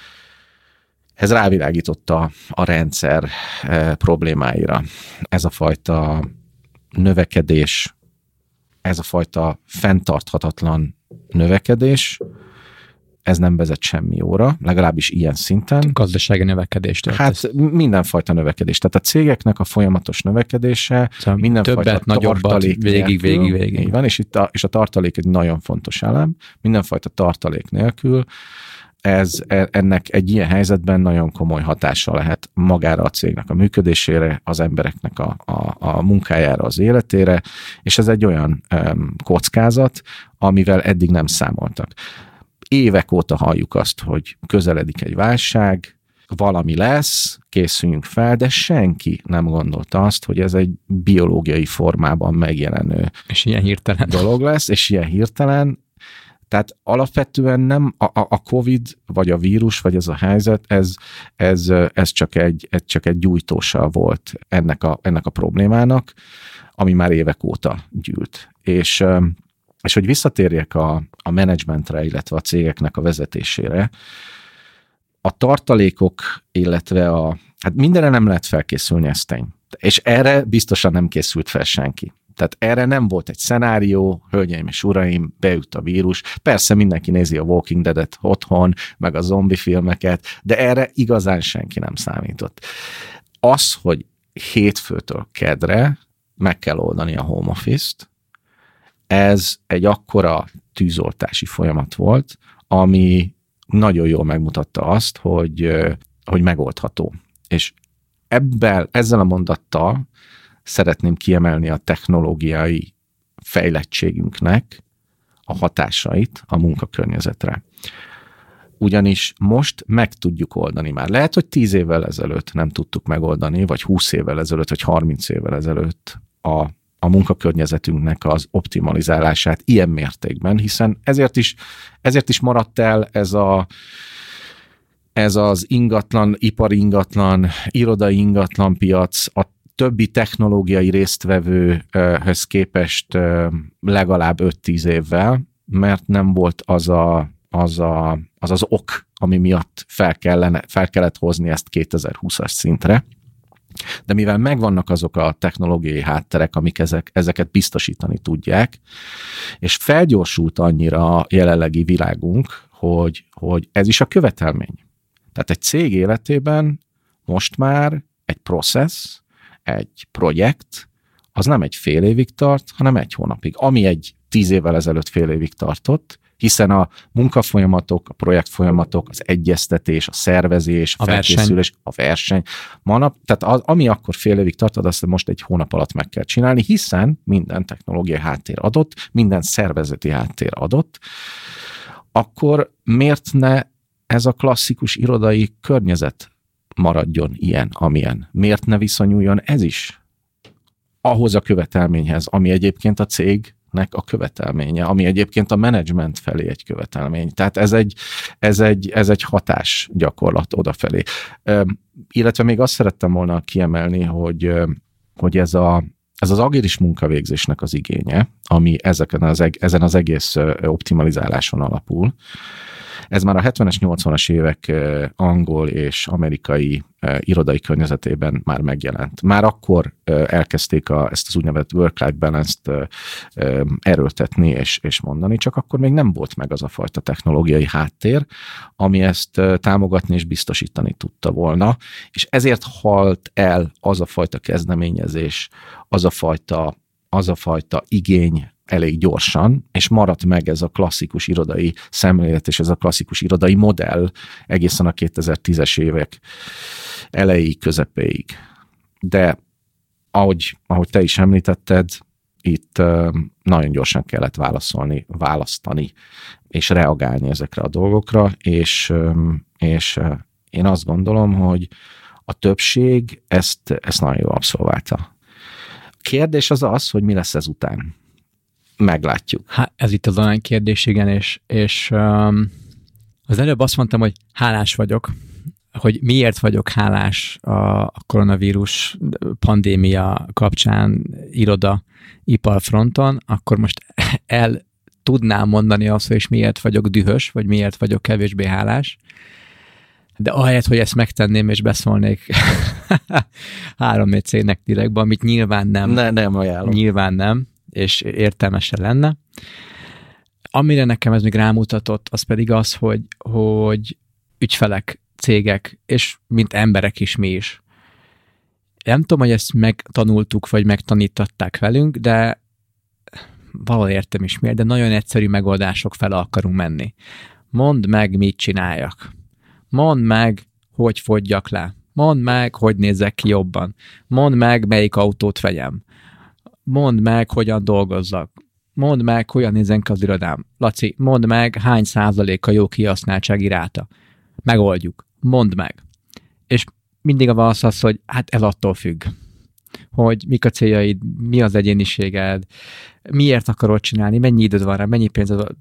ez rávilágította a rendszer problémáira. Ez a fajta növekedés, ez a fajta fenntarthatatlan növekedés, ez nem vezet semmi jóra, legalábbis ilyen szinten. Gazdasági növekedést. Hát mindenfajta növekedés. Tehát a cégeknek a folyamatos növekedése, szóval mindenfajta tartalék végig. Van, és a tartalék egy nagyon fontos elem. Mindenfajta tartalék nélkül ennek egy ilyen helyzetben nagyon komoly hatása lehet magára a cégnek a működésére, az embereknek a munkájára, az életére, és ez egy olyan kockázat, amivel eddig nem számoltak. Évek óta halljuk azt, hogy közeledik egy válság, valami lesz, készüljünk fel, de senki nem gondolta azt, hogy ez egy biológiai formában megjelenő és ilyen hirtelen dolog lesz, és ilyen hirtelen. Tehát alapvetően nem a COVID, vagy a vírus, vagy ez a helyzet, ez csak egy gyújtósa volt ennek a problémának, ami már évek óta gyűlt. És hogy visszatérjek a menedzsmentre, illetve a cégeknek a vezetésére, a tartalékok, illetve hát mindenre nem lehet felkészülni, ez tény. És erre biztosan nem készült fel senki. Tehát erre nem volt egy szenárió, hölgyeim és uraim, beüt a vírus. Persze mindenki nézi a Walking Dead-et otthon, meg a zombi filmeket, de erre igazán senki nem számított. Az, hogy hétfőtől kedre meg kell oldani a home office-t, ez egy akkora tűzoltási folyamat volt, ami nagyon jól megmutatta azt, hogy megoldható. És ezzel a mondattal szeretném kiemelni a technológiai fejlettségünknek a hatásait a munkakörnyezetre. Ugyanis most meg tudjuk oldani már. Lehet, hogy 10 évvel ezelőtt nem tudtuk megoldani, vagy 20 évvel ezelőtt, vagy 30 évvel ezelőtt a munkakörnyezetünknek az optimalizálását ilyen mértékben, hiszen ezért is maradt el ez az ingatlan, ipari ingatlan, irodai ingatlan piac a többi technológiai résztvevőhöz képest legalább 5-10 évvel, mert nem volt az ok, ami miatt fel kellett hozni ezt 2020-as szintre. De mivel megvannak azok a technológiai hátterek, amik ezeket biztosítani tudják, és felgyorsult annyira a jelenlegi világunk, hogy ez is a követelmény. Tehát egy cég életében most már egy process, egy projekt, az nem egy fél évig tart, hanem 1 hónapig. Ami egy 10 évvel ezelőtt fél évig tartott, hiszen a munkafolyamatok, a projektfolyamatok, az egyeztetés, a szervezés, a felkészülés, a verseny. Tehát ami akkor fél évig tartod, azt most 1 hónap alatt meg kell csinálni, hiszen minden technológiai háttér adott, minden szervezeti háttér adott, akkor miért ne ez a klasszikus irodai környezet maradjon ilyen, amilyen? Miért ne viszonyuljon ez is ahhoz a követelményhez, ami egyébként a cégnek a követelménye, ami egyébként a menedzsment felé egy követelmény. Tehát ez egy hatásgyakorlat odafelé. Illetve még azt szerettem volna kiemelni, hogy ez az agilis munkavégzésnek az igénye, ami ezen az egész optimalizáláson alapul. Ez már a 70-es, 80-as évek angol és amerikai irodai környezetében már megjelent. Már akkor elkezdték ezt az úgynevezett work-life balance-t erőltetni és mondani, csak akkor még nem volt meg az a fajta technológiai háttér, ami ezt támogatni és biztosítani tudta volna, és ezért halt el az a fajta kezdeményezés, az a fajta igény elég gyorsan, és maradt meg ez a klasszikus irodai szemlélet, és ez a klasszikus irodai modell egészen a 2010-es évek elejéig, közepéig. De ahogy te is említetted, itt nagyon gyorsan kellett választani, és reagálni ezekre a dolgokra, és én azt gondolom, hogy a többség ezt nagyon jól abszolválta. A kérdés az, hogy mi lesz ezután. Meglátjuk. Hát ez itt az olyan kérdés, igen, és az előbb azt mondtam, hogy hálás vagyok, hogy miért vagyok hálás a koronavírus pandémia kapcsán iparfronton, akkor most el tudnám mondani azt, hogy miért vagyok dühös, vagy miért vagyok kevésbé hálás, de ahelyett, hogy ezt megtenném, és beszólnék 3-4 cégnek direktben, amit nyilván nem. Nem ajánlom. Nyilván nem, és értelmesen lenne. Amire nekem ez még rámutatott, az pedig az, hogy ügyfelek, cégek, és mint emberek is mi is. Nem tudom, hogy ezt megtanultuk, vagy megtanítatták velünk, de valahol értem is miért, de nagyon egyszerű megoldások fele akarunk menni. Mondd meg, mit csináljak. Mondd meg, hogy fogyjak le. Mondd meg, hogy nézzek ki jobban. Mondd meg, melyik autót vegyem. Mondd meg, hogyan dolgozzak. Mondd meg, hogyan nézzen ki az irodám. Laci, mondd meg, hány százaléka jó kihasználtsági ráta. Megoldjuk. Mondd meg. És mindig a válasz az, hogy hát ez attól függ. Hogy mik a céljaid, mi az egyéniséged, miért akarod csinálni, mennyi időd van rá, mennyi pénzed van.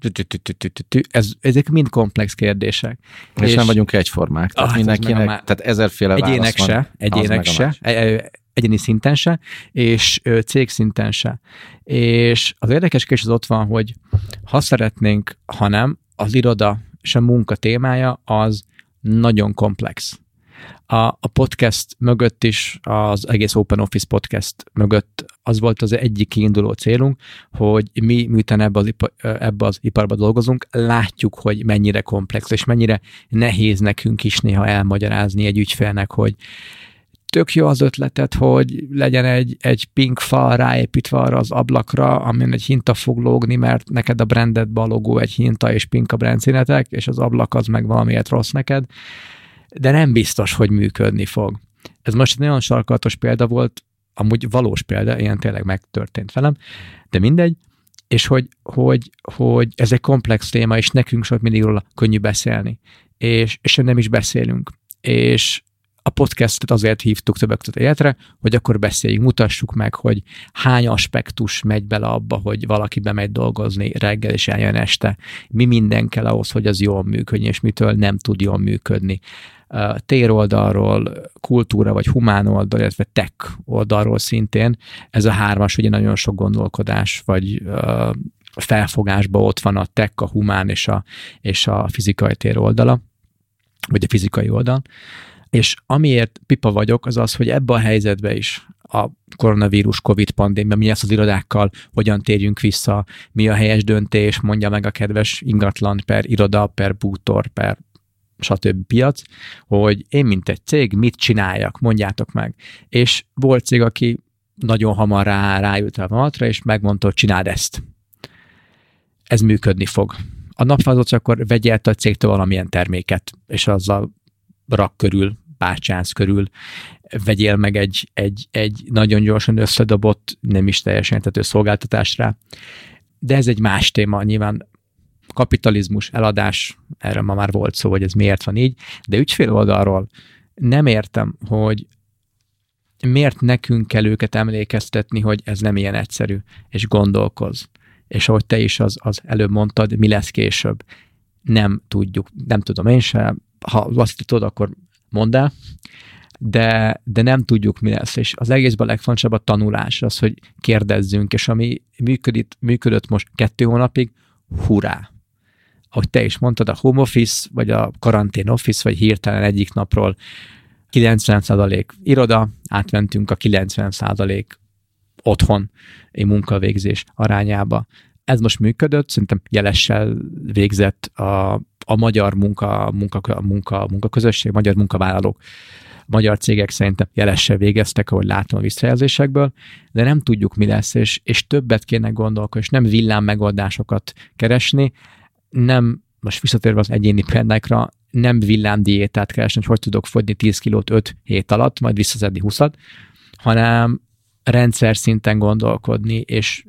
Ezek mind komplex kérdések. És nem vagyunk egyformák. Tehát mindenkinek, tehát ezerféle válasz van. Egyének se, egyéni szinten se, és cég szinten se. És az érdekes kérdés az ott van, hogy ha szeretnénk, ha nem, az iroda és a munka témája az nagyon komplex. A podcast mögött is, az egész Open Office podcast mögött az volt az egyik kiinduló célunk, hogy mi miután ebbe az iparba dolgozunk, látjuk, hogy mennyire komplex, és mennyire nehéz nekünk is néha elmagyarázni egy ügyfélnek, hogy tök jó az ötletet, hogy legyen egy pink fal ráépítve arra az ablakra, amin egy hinta fog lógni, mert neked a brandedben a logó egy hinta és pink a brandszínetek, és az ablak az meg valamiért rossz neked, de nem biztos, hogy működni fog. Ez most egy nagyon sarkalatos példa volt, amúgy valós példa, ilyen tényleg megtörtént velem, de mindegy, és hogy ez egy komplex téma, és nekünk sok mindig róla könnyű beszélni, és nem is beszélünk. És a podcastet azért hívtuk többek között életre, hogy akkor beszéljünk, mutassuk meg, hogy hány aspektus megy bele abba, hogy valaki bemegy dolgozni reggel és eljön este. Mi minden kell ahhoz, hogy az jól működjön, és mitől nem tud jól működni. Tér oldalról, kultúra vagy humán oldal, illetve tech oldalról szintén. Ez a hármas, ugye nagyon sok gondolkodás, vagy felfogásban ott van a tech, a humán és a fizikai tér oldala, vagy a fizikai oldal. És amiért pipa vagyok, az az, hogy ebbe a helyzetbe is a koronavírus, Covid pandémia, mi lesz az irodákkal, hogyan térjünk vissza, mi a helyes döntés, mondja meg a kedves ingatlan per iroda, per bútor, per stb. Piac, hogy én, mint egy cég, mit csináljak, mondjátok meg. És volt cég, aki nagyon hamar ráült a vonatra, és megmondta, hogy csináld ezt. Ez működni fog. A napfázot akkor vegyél a cégtől valamilyen terméket, és azzal rak körül, bástyánsz körül, vegyél meg egy nagyon gyorsan összedobott, nem is teljesen érthető szolgáltatásra. De ez egy más téma, nyilván kapitalizmus, eladás, erről ma már volt szó, hogy ez miért van így, de ügyfél oldalról nem értem, hogy miért nekünk kell őket emlékeztetni, hogy ez nem ilyen egyszerű, és gondolkozz. És ahogy te is az előbb mondtad, mi lesz később. Nem tudjuk, nem tudom én sem, ha azt tudod, akkor mondd el, de nem tudjuk, mi lesz. És az egészben a legfontosabb a tanulás, az, hogy kérdezzünk, és ami működött most 2 hónapig, hurrá! Ahogy te is mondtad, a home office, vagy a karantén office, vagy hirtelen egyik napról 90% iroda, átmentünk a 90% otthon munkavégzés arányába. Ez most működött, szerintem jelessel végzett a magyar munkaközösség, magyar munkavállalók, magyar cégek szerintem jelessel végeztek, ahogy látom a visszajelzésekből, de nem tudjuk, mi lesz, és többet kéne gondolkodni, és nem villám megoldásokat keresni, nem, most visszatérve az egyéni példákra, nem villám diétát keresni, hogy tudok fogyni 10 kilót 5 hét alatt, majd visszaszedni 20-at, hanem rendszer szinten gondolkodni, és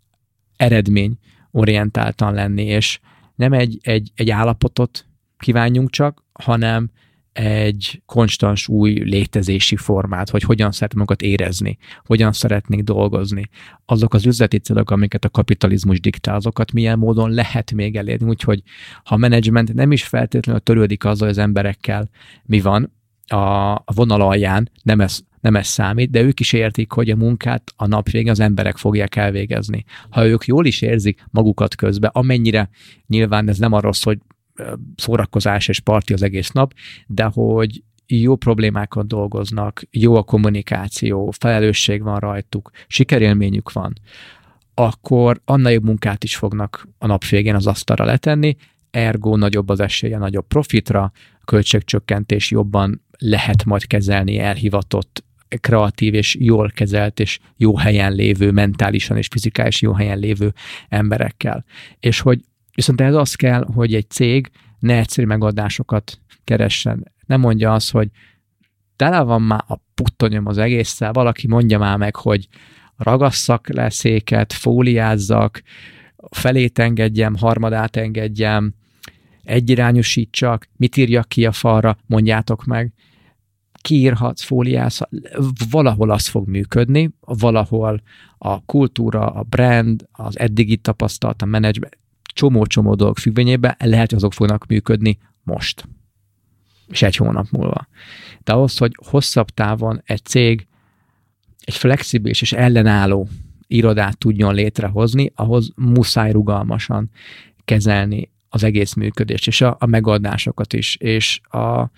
eredményorientáltan lenni, és nem egy állapotot kívánjunk csak, hanem egy konstans új létezési formát, hogy hogyan szeretnénk magunkat érezni, hogyan szeretnénk dolgozni. Azok az üzleti célok, amiket a kapitalizmus diktál, azokat milyen módon lehet még elérni, úgyhogy ha a menedzsment nem is feltétlenül törődik azzal, hogy az emberekkel mi van a vonal alján, nem ez számít, de ők is értik, hogy a munkát a nap végén az emberek fogják elvégezni. Ha ők jól is érzik magukat közben, amennyire nyilván ez nem arról szól, hogy szórakozás és parti az egész nap, de hogy jó problémákat dolgoznak, jó a kommunikáció, felelősség van rajtuk, sikerélményük van, akkor annál jobb munkát is fognak a nap végén az asztalra letenni, ergo nagyobb az esélye nagyobb profitra, a költségcsökkentés jobban lehet majd kezelni elhivatott, kreatív és jól kezelt és jó helyen lévő, mentálisan és fizikálisan jó helyen lévő emberekkel. És hogy viszont ez az kell, hogy egy cég ne egyszerű megoldásokat keressen. Nem mondja azt, hogy tele van már a puttonyom az egésszel, valaki mondja már meg, hogy ragasszak le széket, fóliázzak, felét engedjem, harmadát engedjem, egyirányosítsak, mit írjak ki a falra, mondjátok meg. Kiírhatsz, fóliázhatsz, valahol az fog működni, valahol a kultúra, a brand, az eddigi tapasztalat, a menedzsment, csomó dolog függvényében lehet, hogy azok fognak működni most, és 1 hónap múlva. De ahhoz, hogy hosszabb távon egy cég egy flexibilis és ellenálló irodát tudjon létrehozni, ahhoz muszáj rugalmasan kezelni az egész működést, és a megoldásokat is, és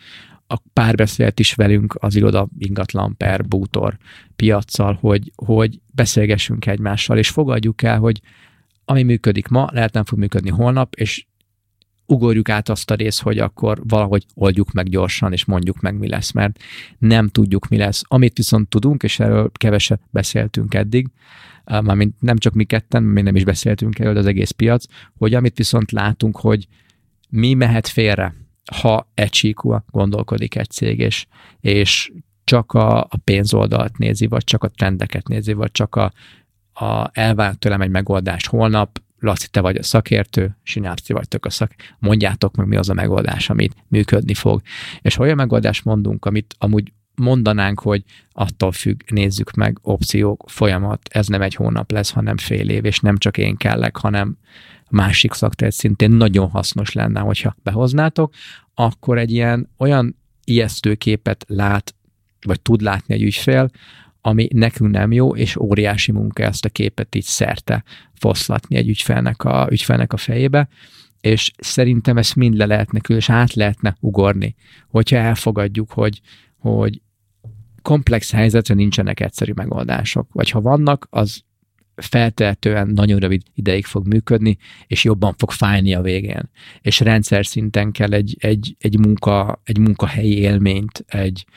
a párbeszélt is velünk az iroda ingatlan per bútor piaccal, hogy beszélgessünk egymással, és fogadjuk el, hogy ami működik ma, lehet nem fog működni holnap, és ugorjuk át azt a részt, hogy akkor valahogy oldjuk meg gyorsan, és mondjuk meg, mi lesz, mert nem tudjuk, mi lesz. Amit viszont tudunk, és erről keveset beszéltünk eddig, mármint nem csak mi ketten, még nem is beszéltünk erről, az egész piac, hogy amit viszont látunk, hogy mi mehet félre, ha egysíkúan gondolkodik egy cég, és csak a pénzoldalt nézi, vagy csak a trendeket nézi, vagy csak elvár tőlem egy megoldást holnap. Laci, te vagy a szakértő, Sinász, ti vagytok a mondjátok meg, mi az a megoldás, amit működni fog. És ha olyan megoldást mondunk, amit amúgy mondanánk, hogy attól függ, nézzük meg, opciók, folyamat, ez nem egy hónap lesz, hanem fél év, és nem csak én kellek, hanem másik szakterület szintén nagyon hasznos lenne, hogyha behoznátok, akkor egy olyan ijesztő képet lát, vagy tud látni egy ügyfél, ami nekünk nem jó, és óriási munka ezt a képet így szerte foszlatni egy ügyfelnek a fejébe, és szerintem ezt mind le lehetne és át lehetne ugorni, hogyha elfogadjuk, hogy komplex helyzetre nincsenek egyszerű megoldások, vagy ha vannak, az feltehetően nagyon rövid ideig fog működni, és jobban fog fájni a végén. És rendszer szinten kell egy munkahelyi élményt,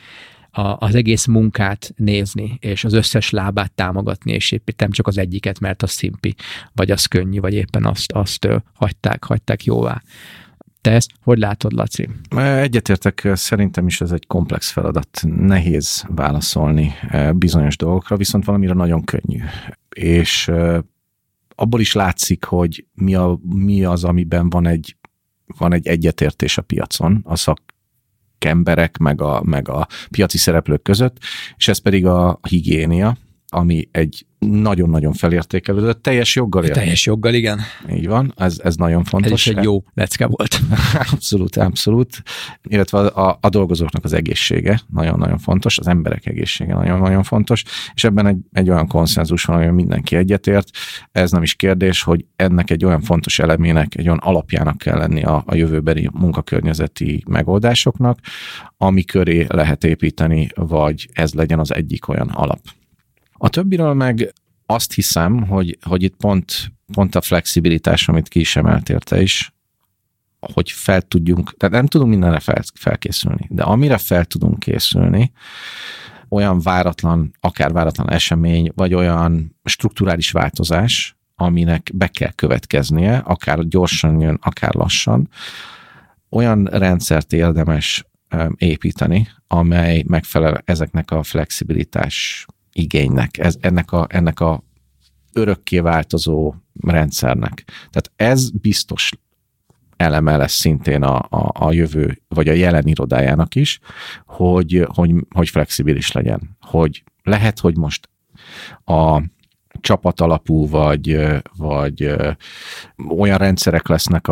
az egész munkát nézni, és az összes lábát támogatni, és építem csak az egyiket, mert az szimpi, vagy az könnyű, vagy éppen azt hagyták jóvá. Te ezt hogy látod, Laci? Egyetértek, szerintem is ez egy komplex feladat. Nehéz válaszolni bizonyos dolgokra, viszont valamire nagyon könnyű. És abból is látszik, hogy mi az, amiben van egy egyetértés a piacon, a szakemberek, meg a piaci szereplők között, és ez pedig a higiénia, ami egy nagyon-nagyon felértékelődött, teljes joggal. Teljes joggal, igen. Így van, ez nagyon fontos. Ez is egy jó lecke volt. Abszolút. Illetve a dolgozóknak az egészsége nagyon-nagyon fontos, az emberek egészsége nagyon-nagyon fontos, és ebben egy olyan konszenzus van, amiben mindenki egyetért. Ez nem is kérdés, hogy ennek egy olyan fontos elemének, egy olyan alapjának kell lenni a jövőbeli munkakörnyezeti megoldásoknak, ami köré lehet építeni, vagy ez legyen az egyik olyan alap. A többiről meg azt hiszem, hogy itt pont a flexibilitás, amit ki is emeltél te is, hogy fel tudjunk, tehát nem tudunk mindenre felkészülni, de amire fel tudunk készülni, olyan akár váratlan esemény, vagy olyan strukturális változás, aminek be kell következnie, akár gyorsan jön, akár lassan, olyan rendszert érdemes építeni, amely megfelel ezeknek a flexibilitás igénynek, ennek a örökké változó rendszernek. Tehát ez biztos eleme lesz szintén a jövő, vagy a jelen irodájának is, hogy flexibilis legyen. Hogy lehet, hogy most a csapatalapú, vagy olyan rendszerek lesznek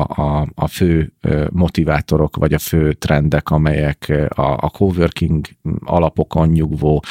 a fő motivátorok, vagy a fő trendek, amelyek a coworking alapokon nyugvó,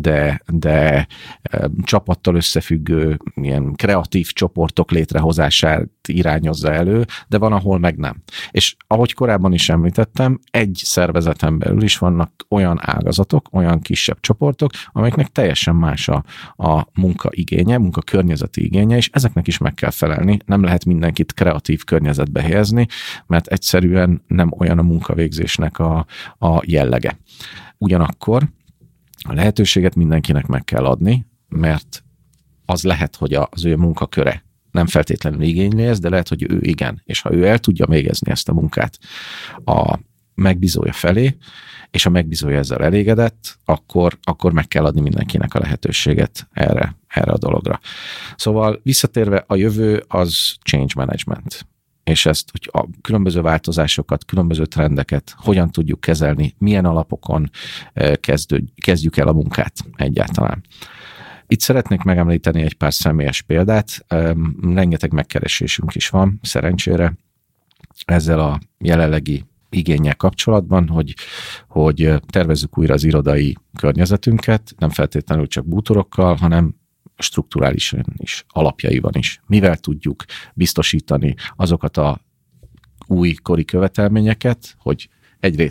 de csapattal összefüggő ilyen kreatív csoportok létrehozását irányozza elő, de van, ahol meg nem. És ahogy korábban is említettem, egy szervezeten belül is vannak olyan ágazatok, olyan kisebb csoportok, amelyeknek teljesen más a munka igénye, munka környezeti igénye, és ezeknek is meg kell felelni. Nem lehet mindenkit kreatív környezetbe helyezni, mert egyszerűen nem olyan a munkavégzésnek a jellege. Ugyanakkor a lehetőséget mindenkinek meg kell adni, mert az lehet, hogy az ő munkaköre nem feltétlenül igényli ezt, de lehet, hogy ő igen. És ha ő el tudja végezni ezt a munkát a megbízója felé, és a megbízója ezzel elégedett, akkor meg kell adni mindenkinek a lehetőséget erre a dologra. Szóval visszatérve, a jövő az change management. És ezt, hogy a különböző változásokat, különböző trendeket hogyan tudjuk kezelni, milyen alapokon kezdjük el a munkát egyáltalán. Itt szeretnék megemlíteni egy pár személyes példát. Rengeteg megkeresésünk is van, szerencsére, ezzel a jelenlegi igénnyel kapcsolatban, hogy tervezzük újra az irodai környezetünket, nem feltétlenül csak bútorokkal, hanem strukturálisan is, alapjaiban is. Mivel tudjuk biztosítani azokat a újkori követelményeket, hogy egyrészt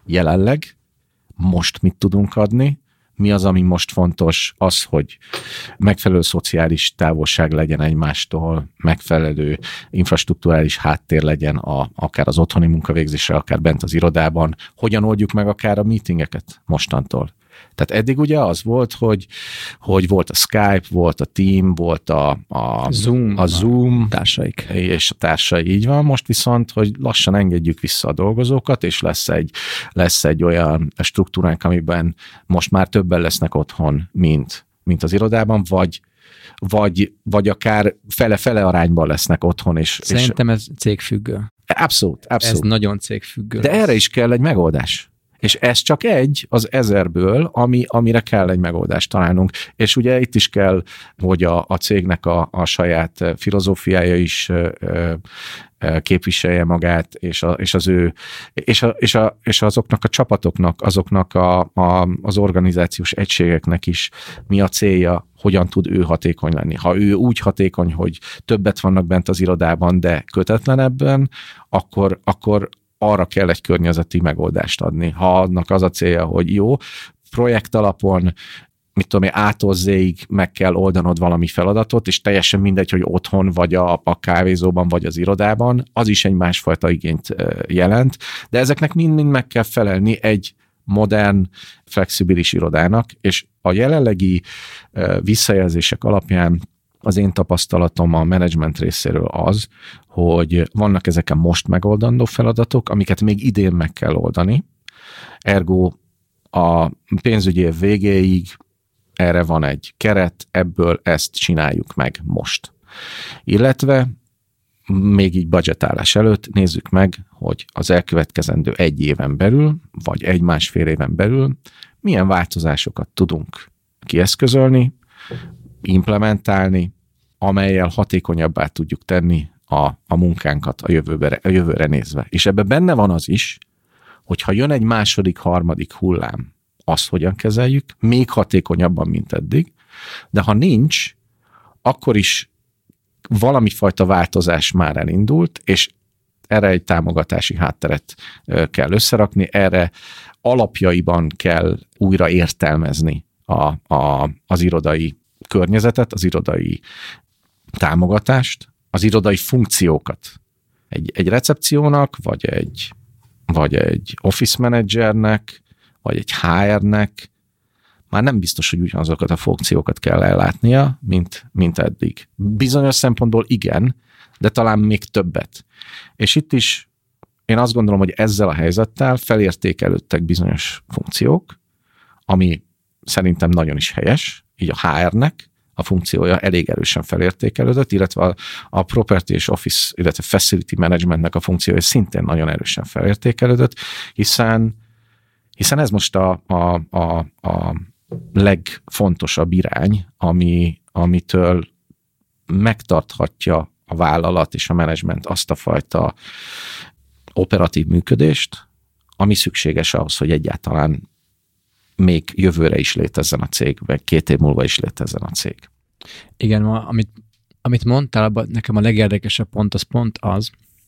jelenleg, most mit tudunk adni, mi az, ami most fontos, az, hogy megfelelő szociális távolság legyen egymástól, megfelelő infrastrukturális háttér legyen akár az otthoni munkavégzésre, akár bent az irodában, hogyan oldjuk meg akár a meetingeket mostantól. Tehát eddig ugye az volt, hogy volt a Skype, volt a Team, volt a Zoom társaik. És a társai, így van. Most viszont, hogy lassan engedjük vissza a dolgozókat, és lesz egy olyan struktúránk, amiben most már többen lesznek otthon, mint az irodában, vagy akár fele-fele arányban lesznek otthon. Szerintem ez cégfüggő. Abszolút. Ez nagyon cégfüggő. De erre is kell egy megoldás. És ez csak egy az 1000-ből, amire kell egy megoldást találnunk. És ugye itt is kell, hogy a cégnek a saját filozófiája is képviselje magát, és azoknak a csapatoknak, azoknak az organizációs egységeknek is mi a célja, hogyan tud ő hatékony lenni. Ha ő úgy hatékony, hogy többet vannak bent az irodában, de kötetlenebben, akkor arra kell egy környezeti megoldást adni. Ha annak az a célja, hogy jó, projekt alapon, mit tudom én, A-tól Z-ig meg kell oldanod valami feladatot, és teljesen mindegy, hogy otthon, vagy a kávézóban, vagy az irodában, az is egy másfajta igényt jelent, de ezeknek mind-mind meg kell felelni egy modern, flexibilis irodának, és a jelenlegi visszajelzések alapján az én tapasztalatom a menedzsment részéről az, hogy vannak ezeken most megoldandó feladatok, amiket még idén meg kell oldani. Ergo a pénzügyi év végéig erre van egy keret, ebből ezt csináljuk meg most. Illetve még így budgetálás előtt nézzük meg, hogy az elkövetkezendő 1 éven belül, vagy 1-1,5 éven belül milyen változásokat tudunk kieszközölni, implementálni, amellyel hatékonyabbá tudjuk tenni a munkánkat a jövőre nézve. És ebben benne van az is, hogyha jön egy második, harmadik hullám, azt hogyan kezeljük, még hatékonyabban, mint eddig, de ha nincs, akkor is valami fajta változás már elindult, és erre egy támogatási hátteret kell összerakni, erre alapjaiban kell újra értelmezni az irodai környezetet, az irodai támogatást, az irodai funkciókat. Egy recepciónak, vagy egy office managernek, vagy egy HR-nek már nem biztos, hogy ugyanazokat a funkciókat kell ellátnia, mint eddig. Bizonyos szempontból igen, de talán még többet. És itt is én azt gondolom, hogy ezzel a helyzettel felértékelődtek bizonyos funkciók, ami szerintem nagyon is helyes, így a HR-nek a funkciója elég erősen felértékelődött, illetve a property és office, illetve facility managementnek a funkciója szintén nagyon erősen felértékelődött, hiszen ez most a legfontosabb irány, amitől megtarthatja a vállalat és a menedzsment azt a fajta operatív működést, ami szükséges ahhoz, hogy egyáltalán még jövőre is létezzen a cég, vagy 2 év múlva is létezzen a cég. Igen, amit mondtál, nekem a legérdekesebb pont az,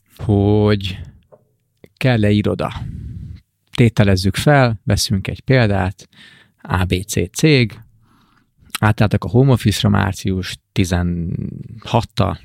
hogy kell-e iroda. Tételezzük fel, veszünk egy példát, ABC cég, átálltak a home office-ra március 16-tal,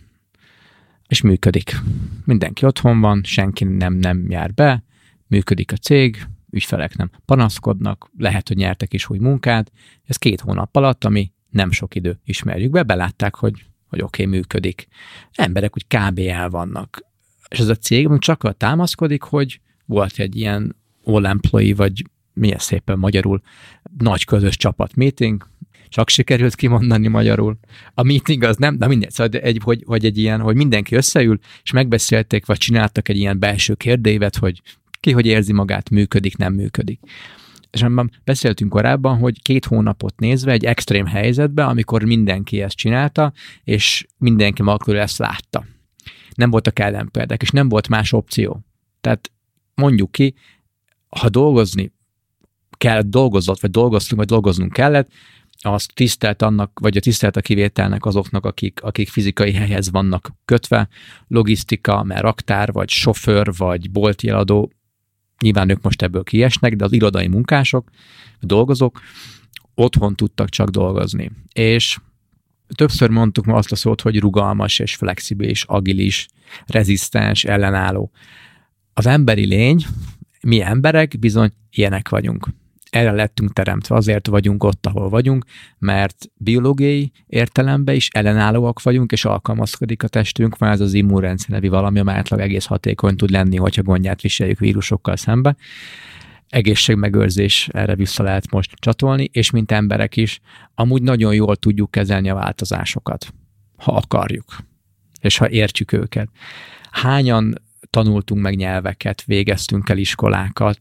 és működik. Mindenki otthon van, senki nem jár be, működik a cég, ügyfelek nem panaszkodnak, lehet, hogy nyertek is új munkát. Ez 2 hónap alatt, ami nem sok idő, ismerjük be, belátták, hogy oké, működik. Emberek úgy kb. El vannak. És ez a cég csak támaszkodik, hogy volt egy ilyen all employee, vagy milyen szépen magyarul, nagy közös csapat meeting, csak sikerült kimondani magyarul. A meeting az nem, de mindegy, szóval hogy egy ilyen, hogy mindenki összeül, és megbeszélték, vagy csináltak egy ilyen belső kérdőívet, hogy ki hogy érzi magát, működik, nem működik. És abban beszéltünk korábban, hogy 2 hónapot nézve egy extrém helyzetben, amikor mindenki ezt csinálta, és mindenki magukról ezt látta. Nem voltak ellenpéldák, és nem volt más opció. Tehát mondjuk ki, ha dolgozni kell, dolgozott, vagy dolgoztunk, vagy dolgoznunk kellett, azt tisztelt annak, vagy a tisztelt a kivételnek azoknak, akik fizikai helyhez vannak kötve, logisztika, mert raktár, vagy sofőr, vagy bolti eladó, nyilván ők most ebből kiesnek, de az irodai munkások, dolgozók otthon tudtak csak dolgozni. És többször mondtuk ma azt a szót, hogy rugalmas és flexibilis, agilis, rezisztens, ellenálló. Az emberi lény, mi emberek bizony ilyenek vagyunk. Erre lettünk teremtve, azért vagyunk ott, ahol vagyunk, mert biológiai értelemben is ellenállóak vagyunk, és alkalmazkodik a testünk, van ez az immunrendszer nevű valami, amely átlag egész hatékony tud lenni, hogyha gondját viseljük vírusokkal szembe. Egészségmegőrzés, erre vissza lehet most csatolni, és mint emberek is, amúgy nagyon jól tudjuk kezelni a változásokat, ha akarjuk, és ha értjük őket. Hányan tanultunk meg nyelveket, végeztünk el iskolákat,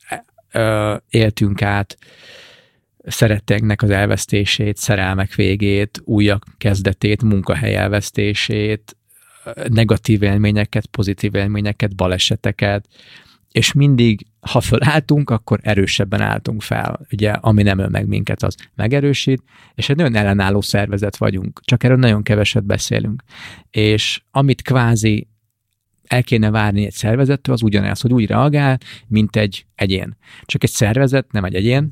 éltünk át szeretteknek az elvesztését, szerelmek végét, újak kezdetét, munkahely elvesztését, negatív élményeket, pozitív élményeket, baleseteket, és mindig, ha fölálltunk, akkor erősebben álltunk fel. Ugye, ami nem öl meg minket, az megerősít, és egy nagyon ellenálló szervezet vagyunk, csak erről nagyon keveset beszélünk. És amit kvázi el kéne várni egy szervezettől, az ugyanez, hogy úgy reagál, mint egy egyén. Csak egy szervezet, nem egy egyén,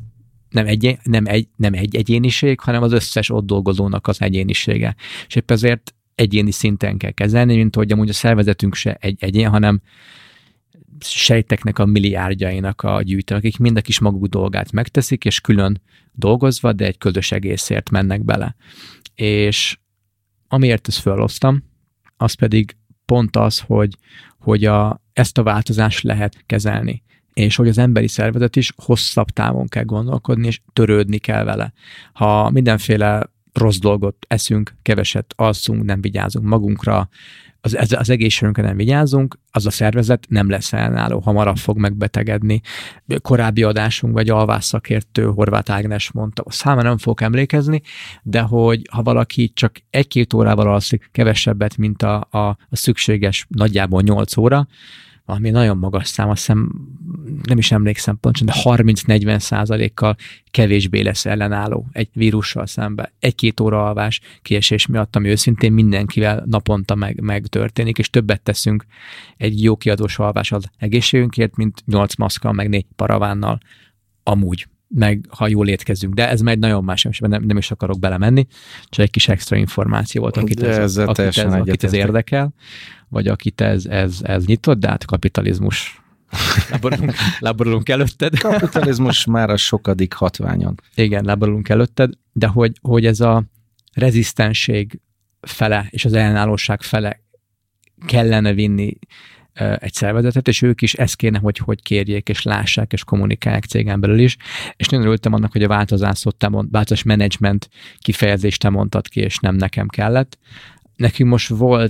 nem egy egyéniség, hanem az összes ott dolgozónak az egyénisége. És épp ezért egyéni szinten kell kezelni, mint hogy amúgy a szervezetünk se egy egyén, hanem sejteknek a milliárdjainak a gyűjtők, akik mind a kis maguk dolgát megteszik, és külön dolgozva, de egy közös egészért mennek bele. És amiért ezt felosztam, az pedig pont az, hogy ezt a változást lehet kezelni, és hogy az emberi szervezet is hosszabb távon kell gondolkodni, és törődni kell vele. Ha mindenféle rossz dolgot eszünk, keveset alszunk, nem vigyázunk magunkra, az egészségünkre nem vigyázunk, az a szervezet nem lesz ellenálló, hamarabb fog megbetegedni. Korábbi adásunk, vagy alvásszakértő Horváth Ágnes mondta, számára nem fogok emlékezni, de hogy ha valaki csak 1-2 órával alszik kevesebbet, mint a szükséges nagyjából 8 óra, ami nagyon magas szám, azt hiszem, nem is emlékszem pontosan, de 30-40%-kal kevésbé lesz ellenálló egy vírussal szemben. 1-2 óra alvás kiesés miatt, ami őszintén mindenkivel naponta megtörténik, és többet teszünk egy jó kiadós alvás az egészségünkért, mint 8 maszkkal, meg 4 paravánnal amúgy, meg ha jól étkezünk. De ez már egy nagyon más, nem is akarok belemenni, csak egy kis extra információ volt, akit ez érdekel, vagy akit ez nyitott, de hát kapitalizmus. Láborulunk előtted. Kapitalizmus már a sokadik hatványon. Igen, láborulunk előtted, de hogy ez a rezisztensség fele és az ellenállóság fele kellene vinni egy szervezetet, és ők is ezt kéne, hogy kérjék, és lássák, és kommunikálják cégen belül is. És nagyon örültem annak, hogy a változás menedzsment kifejezést te mondtad ki, és nem nekem kellett. Nekünk most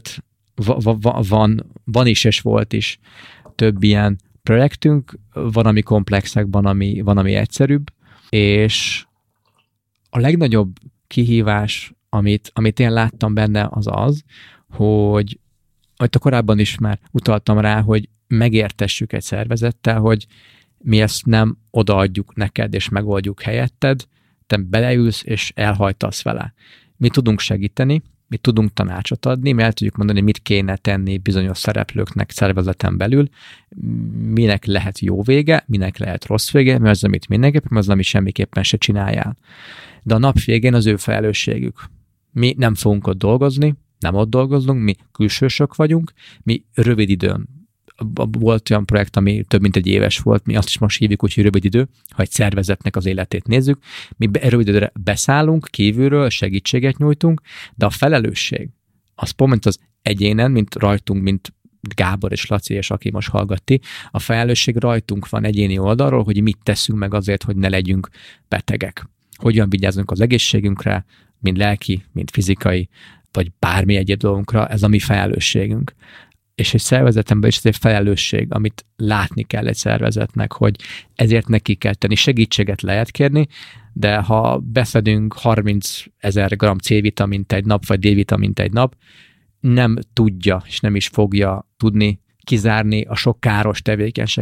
van is, és volt is több ilyen projektünk, van, ami komplexek, van, ami egyszerűbb, és a legnagyobb kihívás, amit én láttam benne, az, hogy a korábban is már utaltam rá, hogy megértessük egy szervezettel, hogy mi ezt nem odaadjuk neked, és megoldjuk helyetted, te beleülsz, és elhajtasz vele. Mi tudunk segíteni, mi tudunk tanácsot adni, mi el tudjuk mondani, mit kéne tenni bizonyos szereplőknek szervezeten belül, minek lehet jó vége, minek lehet rossz vége, mi az, amit mindenképpen, mi az, amit semmiképpen se csináljál. De a nap végén az ő felelősségük. Mi nem fogunk ott dolgozni, nem ott dolgozunk, mi külsősök vagyunk, mi rövid időn. Volt olyan projekt, ami több mint egy éves volt, mi azt is most hívjuk, hogy rövid idő, ha egy szervezetnek az életét nézzük, mi rövid időre beszállunk kívülről, segítséget nyújtunk, de a felelősség, az pont az egyénen, mint rajtunk, mint Gábor és Laci, és aki most hallgatti, a felelősség rajtunk van egyéni oldalról, hogy mit teszünk meg azért, hogy ne legyünk betegek. Hogyan vigyázunk az egészségünkre, mind lelki, mind fizikai, vagy bármi egyéb dolgunkra, ez a mi felelősségünk. És egy szervezetemben is ez egy felelősség, amit látni kell egy szervezetnek, hogy ezért neki kell tenni. Segítséget lehet kérni, de ha beszedünk 30 000 g C-vitamint egy nap, vagy D-vitamint egy nap, nem tudja, és nem is fogja tudni kizárni a sok káros tevékenységet,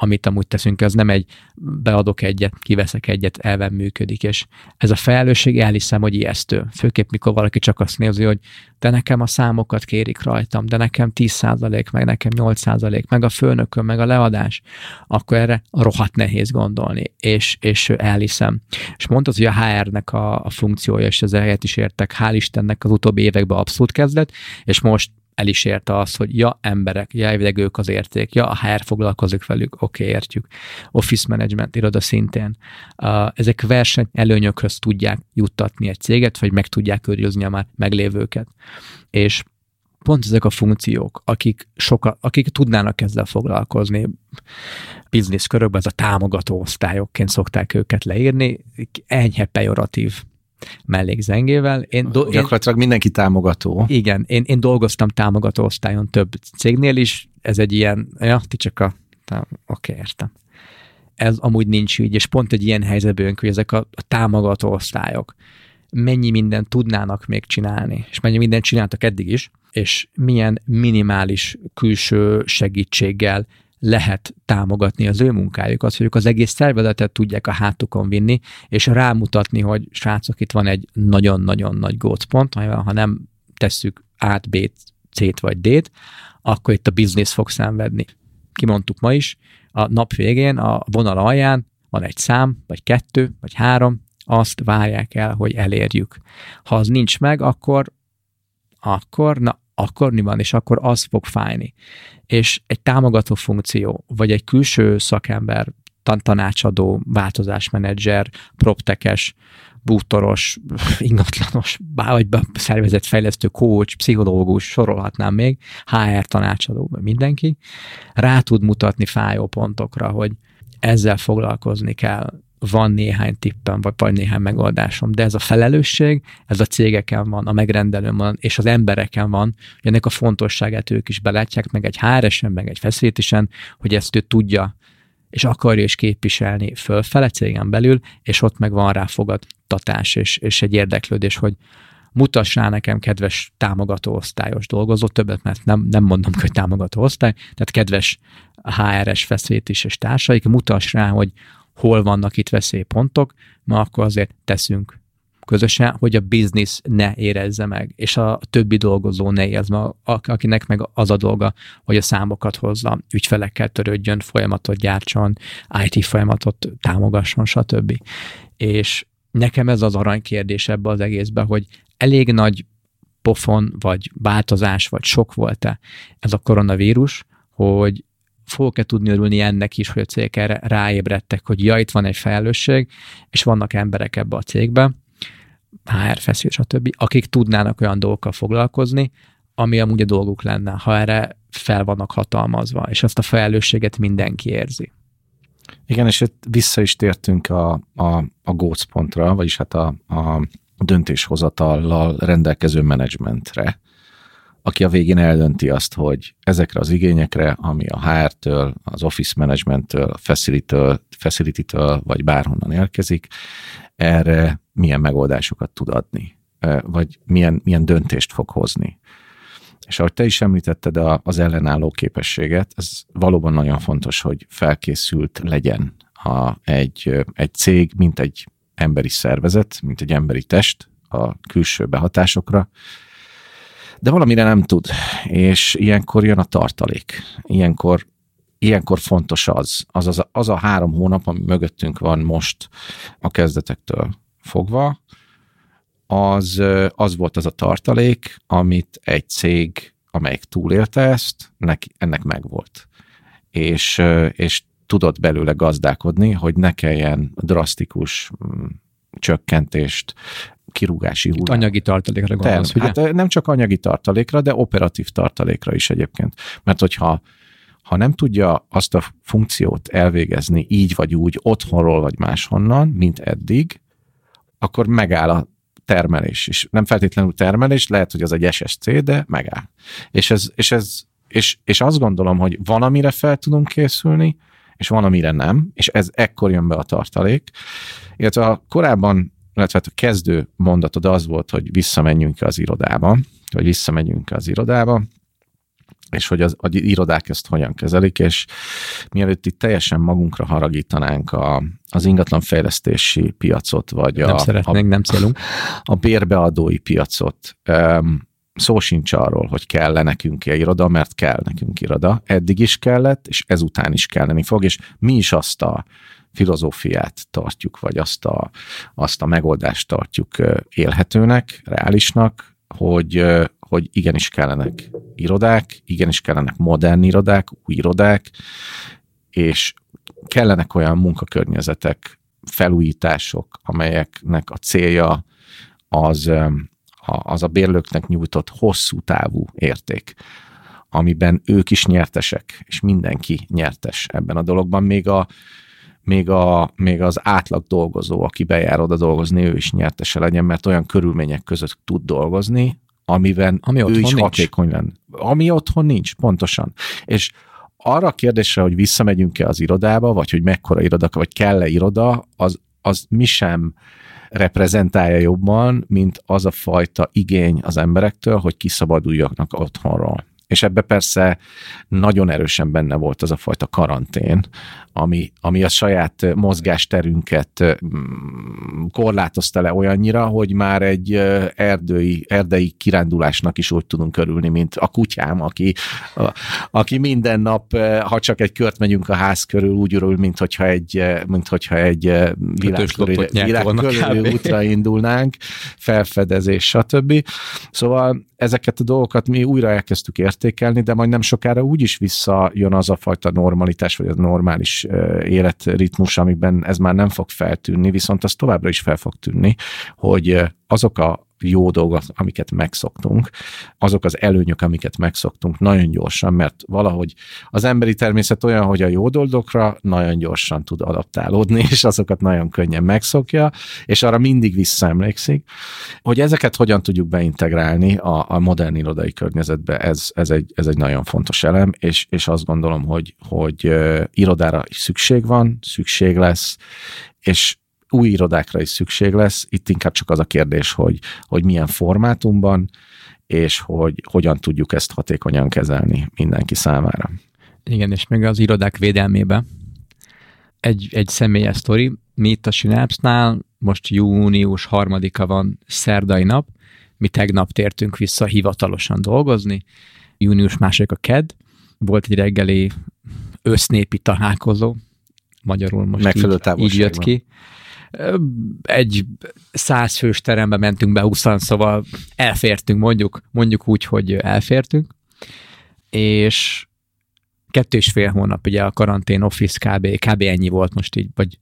amit amúgy teszünk, az nem egy beadok egyet, kiveszek egyet, elven működik, és ez a felelősség, elhiszem, hogy ijesztő. Főképp, mikor valaki csak azt nézi, hogy de nekem a számokat kérik rajtam, de nekem 10%, meg nekem 8%, meg a főnököm, meg a leadás, akkor erre rohadt nehéz gondolni, és elhiszem. És mondtad, hogy a HR-nek a funkciója, és az helyet is értek, hál' Istennek az utóbbi években abszolút kezdett, és most el is érte azt, hogy ja, emberek, ja, elvileg ők az érték, ja, a HR foglalkozik velük, oké, értjük. Office management iroda szintén. Ezek verseny előnyökhöz tudják juttatni egy céget, vagy meg tudják őrizni a már meglévőket. És pont ezek a funkciók, akik tudnának ezzel foglalkozni, business körökben, ez a támogató osztályokként szokták őket leírni, enyhe pejoratív mellékzengével. Gyakorlatilag mindenki támogató. Igen, én dolgoztam támogató osztályon több cégnél is, ez egy ilyen, ti csak oké, értem. Ez amúgy nincs így, és pont egy ilyen helyzetben jön, hogy ezek a támogató osztályok mennyi mindent tudnának még csinálni, és mennyi mindent csináltak eddig is, és milyen minimális külső segítséggel lehet támogatni az ő munkájukat, hogy ők az egész szervezetet tudják a hátukon vinni, és rámutatni, hogy srácok, itt van egy nagyon-nagyon nagy gócpont, ha nem tesszük át B-t, C-t vagy D-t, akkor itt a biznisz fog szenvedni. Kimondtuk ma is, a nap végén a vonal alján van egy szám, vagy 2, vagy 3, azt várják el, hogy elérjük. Ha az nincs meg, akkor mi van, és akkor az fog fájni. És egy támogató funkció, vagy egy külső szakember, tanácsadó, változásmenedzser, proptekes, bútoros, ingatlanos, vagy szervezetfejlesztő, coach, pszichológus, sorolhatnám még, HR tanácsadó, mindenki, rá tud mutatni fájó pontokra, hogy ezzel foglalkozni kell, van néhány tippem, vagy néhány megoldásom, de ez a felelősség, ez a cégeken van, a megrendelőn van, és az embereken van, hogy ennek a fontosságát ők is belátják, meg egy HR-esen, meg egy facility-sen, hogy ezt ő tudja, és akarja is képviselni fölfele cégen belül, és ott meg van rá fogadtatás, és egy érdeklődés, hogy mutass rá nekem, kedves támogató osztályos dolgozó, többet, mert nem mondom, hogy támogató osztály, tehát kedves HR-es facility-s és társaik, mutass rá, hogy hol vannak itt veszélypontok, mert akkor azért teszünk közösen, hogy a biznisz ne érezze meg, és a többi dolgozó ne érezze meg, akinek meg az a dolga, hogy a számokat hozza, ügyfelekkel törődjön, folyamatot gyártson, IT folyamatot támogasson, stb. És nekem ez az aranykérdés ebbe az egészben, hogy elég nagy pofon, vagy változás, vagy sok volt-e ez a koronavírus, hogy fogok-e tudni örülni ennek is, hogy a cégek erre ráébredtek, hogy itt van egy felelősség, és vannak emberek ebbe a cégbe, HR feszül, stb., akik tudnának olyan dolgokkal foglalkozni, ami amúgy a dolguk lenne, ha erre fel vannak hatalmazva, és azt a felelősséget mindenki érzi. Igen, és itt vissza is tértünk a gócpontra, vagyis hát a döntéshozatallal rendelkező menedzsmentre, aki a végén eldönti azt, hogy ezekre az igényekre, ami a HR-től, az office managementtől, a facility-től, vagy bárhonnan érkezik, erre milyen megoldásokat tud adni, vagy milyen döntést fog hozni. És ahogy te is említetted az ellenálló képességet, ez valóban nagyon fontos, hogy felkészült legyen egy cég, mint egy emberi szervezet, mint egy emberi test a külső behatásokra, de valamire nem tud, és ilyenkor jön a tartalék. Ilyenkor fontos az a 3 hónap, ami mögöttünk van most a kezdetektől fogva, az volt az a tartalék, amit egy cég, amelyik túlélte ezt, ennek megvolt. És tudott belőle gazdálkodni, hogy ne kelljen drasztikus csökkentést, kirúgási hullám. Anyagi tartalékra gondolsz, ugye? Hát nem csak anyagi tartalékra, de operatív tartalékra is egyébként. Mert hogyha nem tudja azt a funkciót elvégezni így vagy úgy, otthonról vagy máshonnan, mint eddig, akkor megáll a termelés is. Nem feltétlenül termelés, lehet, hogy az egy SSC, de megáll. És azt gondolom, hogy van, amire fel tudunk készülni, és van, amire nem, és ez ekkor jön be a tartalék. Illetve a korábban, illetve a kezdő mondatod az volt, hogy visszamegyünk az irodába, és hogy az irodák ezt hogyan kezelik, és mielőtt itt teljesen magunkra haragítanánk az ingatlanfejlesztési piacot, vagy nem célunk. A bérbeadói piacot, szó sincs arról, hogy kell-e nekünk iroda, mert kell nekünk iroda. Eddig is kellett, és ezután is kelleni fog, és mi is azt a filozófiát tartjuk, vagy azt a megoldást tartjuk élhetőnek, reálisnak, hogy igenis kellenek irodák, igenis kellenek modern irodák, új irodák, és kellenek olyan munkakörnyezetek, felújítások, amelyeknek a célja az a bérlőknek nyújtott hosszú távú érték, amiben ők is nyertesek, és mindenki nyertes ebben a dologban, még az átlag dolgozó, aki bejár oda dolgozni, ő is nyertese legyen, mert olyan körülmények között tud dolgozni, ami ő is hatékony lenne. Ami otthon nincs, pontosan. És arra a kérdésre, hogy visszamegyünk-e az irodába, vagy hogy mekkora iroda, vagy kell-e iroda, az mi sem reprezentálja jobban, mint az a fajta igény az emberektől, hogy kiszabaduljanak otthonról. És ebbe persze nagyon erősen benne volt az a fajta karantén, ami a saját mozgásterünket korlátozta le olyannyira, hogy már egy erdei kirándulásnak is úgy tudunk örülni, mint a kutyám, aki minden nap, ha csak egy kört megyünk a ház körül, úgy örül, mint hogyha egy világkörüli útra indulnánk, felfedezés, stb. Szóval ezeket a dolgokat mi újra elkezdtük értékelni, de majd nem sokára úgyis visszajön az a fajta normalitás, vagy a normális életritmus, amiben ez már nem fog feltűnni, viszont az továbbra is fel fog tűnni, hogy azok a jó dolgok, amiket megszoktunk, azok az előnyök, amiket megszoktunk nagyon gyorsan, mert valahogy az emberi természet olyan, hogy a jó dolgokra nagyon gyorsan tud adaptálódni, és azokat nagyon könnyen megszokja, és arra mindig visszaemlékszik. Hogy ezeket hogyan tudjuk beintegrálni a modern irodai környezetbe, ez egy nagyon fontos elem, és azt gondolom, hogy irodára is szükség lesz, és új irodákra is szükség lesz. Itt inkább csak az a kérdés, hogy milyen formátumban, és hogy hogyan tudjuk ezt hatékonyan kezelni mindenki számára. Igen, és még az irodák védelmébe egy személyes sztori. Mi itt a Synapse-nál most június 3-a van, szerdai nap, mi tegnap tértünk vissza hivatalosan dolgozni, június 2 a kedd, volt egy reggeli össznépi találkozó, magyarul most így jött ki. Egy 100 fős terembe mentünk be 20, szóval elfértünk, mondjuk úgy, hogy elfértünk, és 2,5 hónap, ugye a karantén office kb. Ennyi volt most így, vagy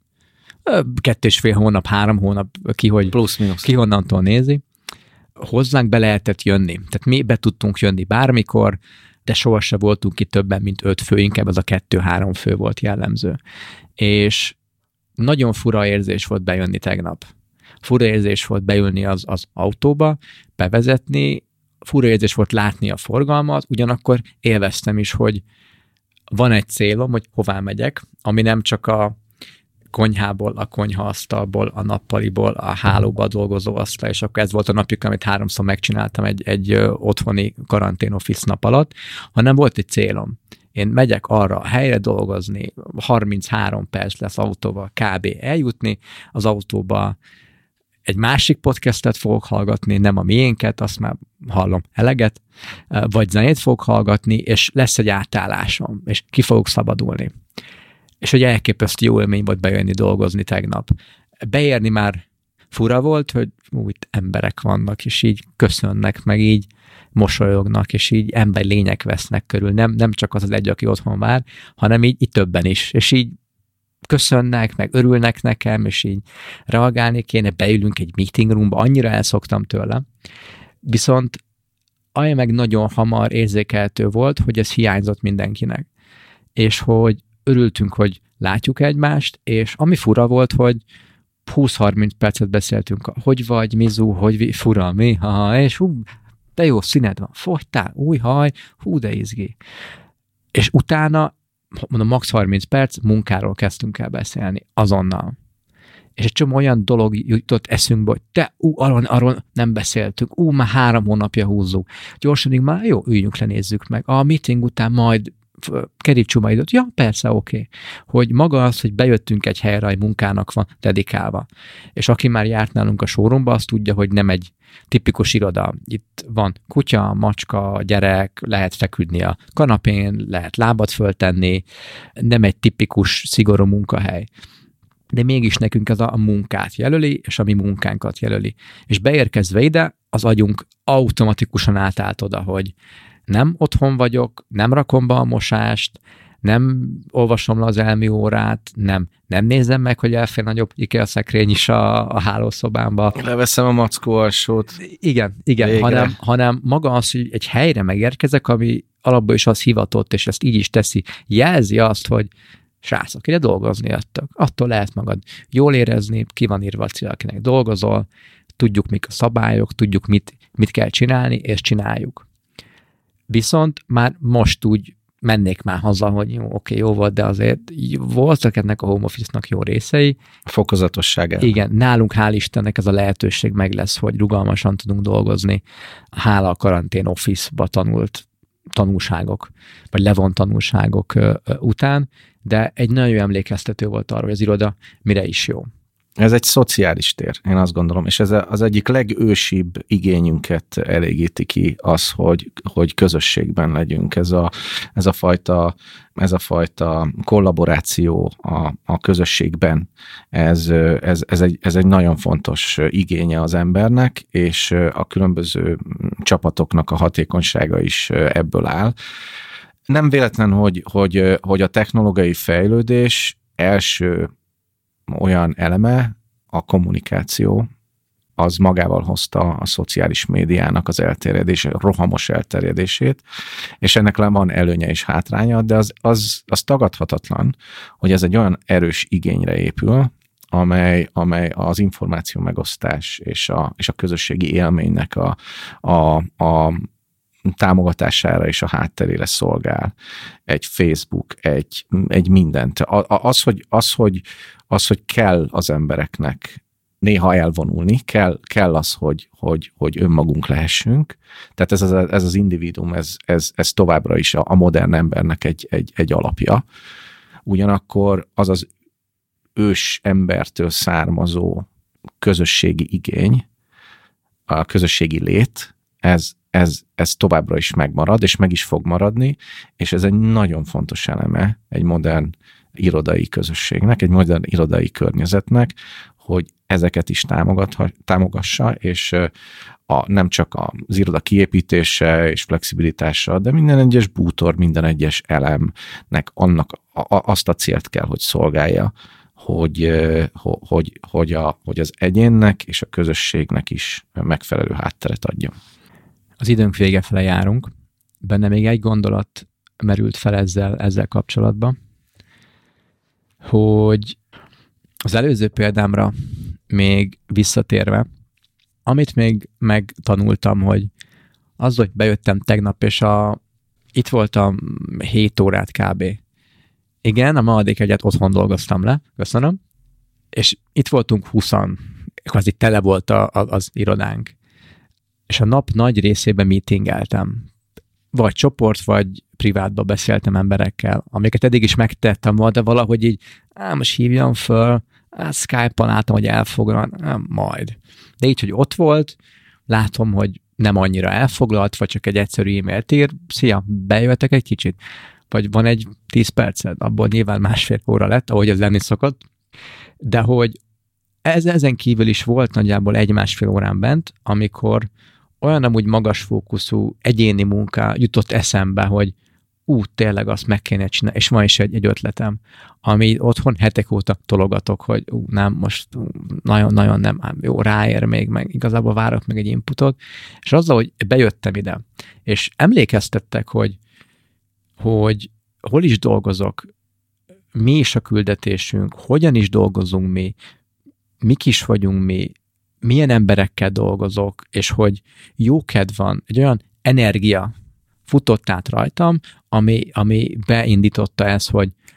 2,5 hónap, 3 hónap, ki honnantól nézi. Hozzánk be lehetett jönni, tehát mi be tudtunk jönni bármikor, de sohasem voltunk ki többen, mint 5 fő, inkább az a 2-3 fő volt jellemző. És nagyon fura érzés volt bejönni tegnap. Fura érzés volt beülni az autóba, bevezetni, fura érzés volt látni a forgalmat, ugyanakkor élveztem is, hogy van egy célom, hogy hová megyek, ami nem csak a konyhából, a konyhaasztalból, a nappaliból, a hálóba dolgozó asztal, és akkor ez volt a napjuk, amit 3-szor megcsináltam egy otthoni karantén office nap alatt, hanem volt egy célom. Én megyek arra a helyre dolgozni, 33 perc lesz autóval kb. Eljutni, az autóba egy másik podcastet fogok hallgatni, nem a miénket, azt már hallom eleget, vagy zenét fogok hallgatni, és lesz egy átállásom, és ki fogok szabadulni. És hogy elképesztő jó élmény volt bejönni dolgozni tegnap. Beérni már fura volt, hogy itt emberek vannak, és így köszönnek, meg így mosolyognak, és így ember lények vesznek körül. Nem csak az egy, aki otthon vár, hanem így többen is. És így köszönnek, meg örülnek nekem, és így reagálni kéne, beülünk egy meeting roomba, annyira elszoktam tőle. Viszont olyan meg nagyon hamar érzékelhető volt, hogy ez hiányzott mindenkinek. És hogy örültünk, hogy látjuk egymást, és ami fura volt, hogy 20-30 percet beszéltünk, hogy vagy, Mizu, hogy fura, mi, és de jó színed van, fogytál, új haj, de izgi. És utána, mondom, max 30 perc munkáról kezdtünk el beszélni, azonnal. és egy csomó olyan dolog jutott eszünkbe, hogy arról nem beszéltünk, már 3 hónapja húzzuk. Gyorsan, már jó, üljünk le, nézzük meg. A meeting után majd kerítsük majd időt. Ja, persze, oké. Hogy maga az, hogy bejöttünk egy helyre, egy munkának van dedikálva. És aki már járt nálunk a showroomba, azt tudja, hogy nem egy tipikus iroda. Itt van kutya, macska, gyerek, lehet feküdni a kanapén, lehet lábat föltenni, nem egy tipikus, szigorú munkahely. De mégis nekünk ez a munkát jelöli, és a mi munkánkat jelöli. És beérkezve ide, az agyunk automatikusan átállt oda, hogy nem otthon vagyok, nem rakom be a mosást, nem olvasom le az elmi órát, nem nézem meg, hogy elfér nagyobb IKEA szekrény is a hálószobámba. Leveszem a mackó alsót. Igen, hanem maga az, hogy egy helyre megérkezek, ami alapból is az hivatott, és ezt így is teszi, jelzi azt, hogy srácok, ide dolgozni jöttök. Attól lehet magad jól érezni, ki van írva a cél, akinek dolgozol, tudjuk, mik a szabályok, tudjuk, mit kell csinálni, és csináljuk. Viszont már most úgy mennék már haza, hogy jó volt, de azért voltak ennek a home office-nak jó részei. Fokozatosságában. Igen, nálunk hál' Istennek ez a lehetőség meg lesz, hogy rugalmasan tudunk dolgozni. Hála a karantén office-ba tanult tanulságok, vagy levont tanulságok után, de egy nagyon jó emlékeztető volt arra, hogy az iroda mire is jó. Ez egy szociális tér, én azt gondolom, és ez az egyik legősibb igényünket elégíti ki az, hogy közösségben legyünk. Ez a fajta kollaboráció a közösségben, ez egy nagyon fontos igénye az embernek, és a különböző csapatoknak a hatékonysága is ebből áll. Nem véletlen, hogy a technológiai fejlődés első olyan eleme, a kommunikáció, az magával hozta a szociális médiának az elterjedését, rohamos elterjedését, és ennek van előnye és hátránya, de az tagadhatatlan, hogy ez egy olyan erős igényre épül, amely az információ megosztás és a közösségi élménynek a támogatására és a hátterére szolgál. Egy Facebook, egy mindent. Az, hogy kell az embereknek néha elvonulni, kell az, hogy önmagunk lehessünk. Tehát ez az individuum, ez továbbra is a modern embernek egy alapja. Ugyanakkor az ős embertől származó közösségi igény, a közösségi lét, ez továbbra is megmarad, és meg is fog maradni, és ez egy nagyon fontos eleme egy modern irodai közösségnek, egy modern irodai környezetnek, hogy ezeket is támogassa, és nem csak az iroda kiépítése és flexibilitása, de minden egyes bútor, minden egyes elemnek azt a célt kell, hogy szolgálja, hogy az egyénnek és a közösségnek is megfelelő hátteret adjon. Az időnk vége fele járunk. Benne még egy gondolat merült fel ezzel kapcsolatban, hogy az előző példámra még visszatérve, amit még megtanultam, hogy az, hogy bejöttem tegnap, és itt voltam 7 órát kb. Igen, a maradék egyet otthon dolgoztam le, köszönöm, és itt voltunk 20-an, kvázi tele volt az irodánk. És a nap nagy részében meetingeltem. Vagy csoport, vagy privátba beszéltem emberekkel, amiket eddig is megtettem volna, de valahogy így, most hívjam föl, Skype-on láttam, hogy elfoglal, majd. De így, hogy ott volt, látom, hogy nem annyira elfoglalt, vagy csak egy egyszerű e-mailt ír, szia, bejöttek egy kicsit? Vagy van egy 10 perced, abból nyilván 1,5 óra lett, ahogy ez lenni szokott, de hogy ezen kívül is volt nagyjából 1,5 órán bent, amikor olyan amúgy magas fókuszú egyéni munka jutott eszembe, hogy tényleg azt meg kéne csinálni, és van is egy ötletem, ami otthon hetek óta tologatok, hogy nem, most nagyon-nagyon nem, jó, ráér még, meg igazából várok meg egy inputot, és azzal, hogy bejöttem ide, és emlékeztettek, hogy hol is dolgozok, mi is a küldetésünk, hogyan is dolgozunk mi, mik is vagyunk mi, milyen emberekkel dolgozok, és hogy jó kedv van, egy olyan energia futott át rajtam, ami beindította ezt, hogy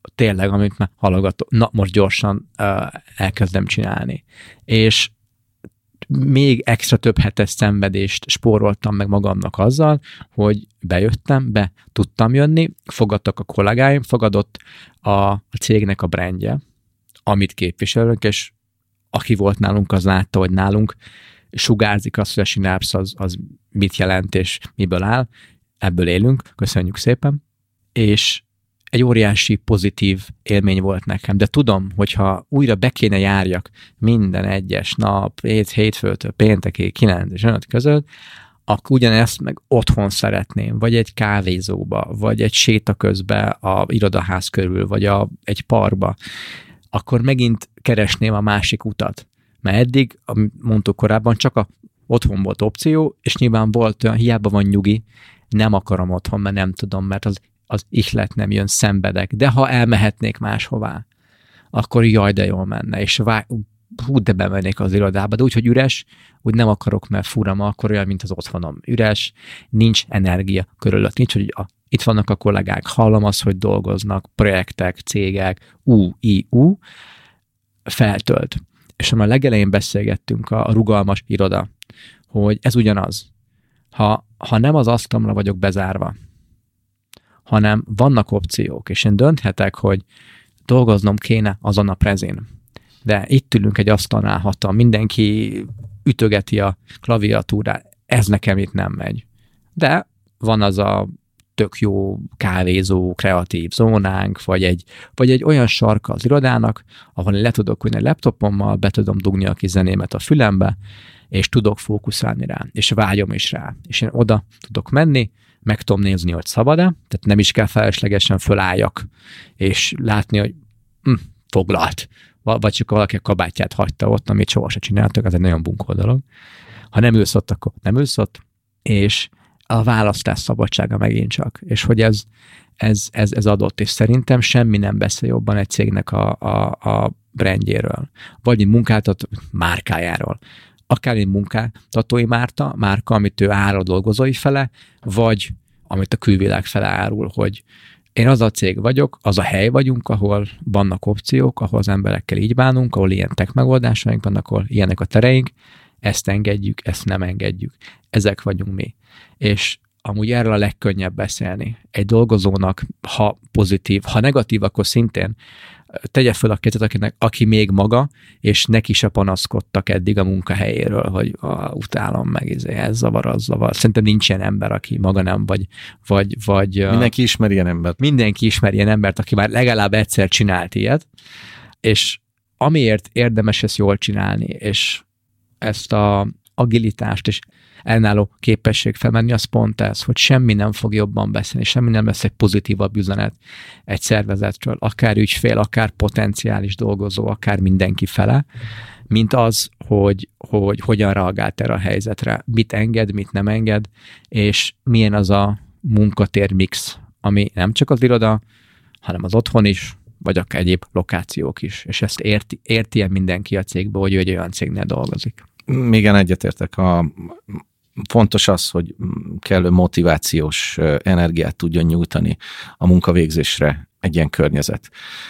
tényleg, amit már halogatok, na most gyorsan elkezdem csinálni. És még extra több hetes szenvedést spóroltam meg magamnak azzal, hogy bejöttem, be tudtam jönni, fogadtak a kollégáim, fogadott a cégnek a brandje, amit képviselünk, és aki volt nálunk, az látta, hogy nálunk sugárzik azt, hogy a Synapse az mit jelent, és miből áll. Ebből élünk, köszönjük szépen. És egy óriási pozitív élmény volt nekem, de tudom, hogyha újra be kéne járjak minden egyes nap, hétfőtől péntekig 9 és 5 között, akkor ugyanezt meg otthon szeretném, vagy egy kávézóba, vagy egy séta közben a irodaház körül, vagy egy parkba, akkor megint keresném a másik utat. Mert eddig, amit mondtuk korábban, csak otthon volt opció, és nyilván volt olyan, hiába van nyugi, nem akarom otthon, mert nem tudom, mert az ihlet nem jön, szenvedek. De ha elmehetnék máshová, akkor jaj, de jól menne, és de bemennék az irodába, de úgy, hogy üres, úgy nem akarok, mert fura ma, akkor olyan, mint az otthonom. Üres, nincs energia körülött, nincs, hogy itt vannak a kollégák, hallom azt, hogy dolgoznak, projektek, cégek, feltölt. És a legelején beszélgettünk a rugalmas iroda, hogy ez ugyanaz. Ha nem az asztalomra vagyok bezárva, hanem vannak opciók, és én dönthetek, hogy dolgoznom kéne azon a prezin. De itt ülünk egy asztalnál hatan, mindenki ütögeti a klaviatúrát, ez nekem itt nem megy. De van az a tök jó kávézó, kreatív zónánk, vagy egy olyan sarka az irodának, ahol én le tudok ülni a laptopommal, be tudom dugni a kis zenémet a fülembe, és tudok fókuszálni rá, és vágyom is rá. És én oda tudok menni, meg tudom nézni, hogy szabad-e, tehát nem is kell feleslegesen fölálljak, és látni, hogy foglalt, vagy csak valaki a kabátját hagyta ott, amit sohasem csináltak, ez egy nagyon bunkó dolog. Ha nem ülsz ott, akkor nem ülsz ott, és a választás szabadsága megint csak, és hogy ez adott, és szerintem semmi nem beszél jobban egy cégnek a brandjéről, vagy egy munkáltató márkájáról. Akár egy munkáltatói márka, amit ő árul a dolgozói fele, vagy amit a külvilág fele árul, hogy én az a cég vagyok, az a hely vagyunk, ahol vannak opciók, ahol az emberekkel így bánunk, ahol ilyen tech megoldásaink vannak, ahol ilyenek a tereink, ezt engedjük, ezt nem engedjük. Ezek vagyunk mi. És amúgy erről a legkönnyebb beszélni. Egy dolgozónak, ha pozitív, ha negatív, akkor szintén tegye fel a kezet, aki még maga, és neki se panaszkodtak eddig a munkahelyéről, hogy utálom meg, ez zavar, az zavar. Szerintem nincs ilyen ember, aki maga nem, vagy mindenki ismer ilyen embert. Mindenki ismer ilyen embert, aki már legalább egyszer csinált ilyet, és amiért érdemes ezt jól csinálni, és ezt a agilitást és ellenálló képesség felmenni, az pont ez, hogy semmi nem fog jobban beszélni, semmi nem lesz egy pozitívabb üzenet egy szervezetről, akár ügyfél, akár potenciális dolgozó, akár mindenki fele, mint az, hogy hogyan reagált erre a helyzetre, mit enged, mit nem enged, és milyen az a munkatér mix, ami nem csak az iroda, hanem az otthon is, vagy akár egyéb lokációk is, és ezt érti mindenki a cégbe, hogy ő egy olyan cégnél dolgozik. Igen, egyetértek. Fontos az, hogy kellő motivációs energiát tudjon nyújtani a munkavégzésre egy ilyen környezet.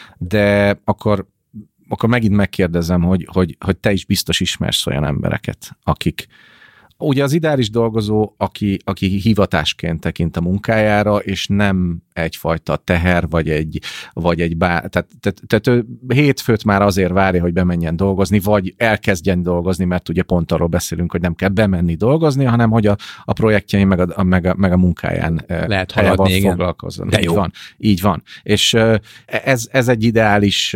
De akkor megint megkérdezem, hogy te is biztos ismersz olyan embereket, akik ugye az ideális dolgozó, aki hivatásként tekint a munkájára, és nem egyfajta teher, vagy egy tehát ő hétfőt már azért várja, hogy bemenjen dolgozni, vagy elkezdjen dolgozni, mert ugye pont arról beszélünk, hogy nem kell bemenni dolgozni, hanem hogy a projektjein meg a munkáján lehet haladni, foglalkozzon. Így van. És ez egy ideális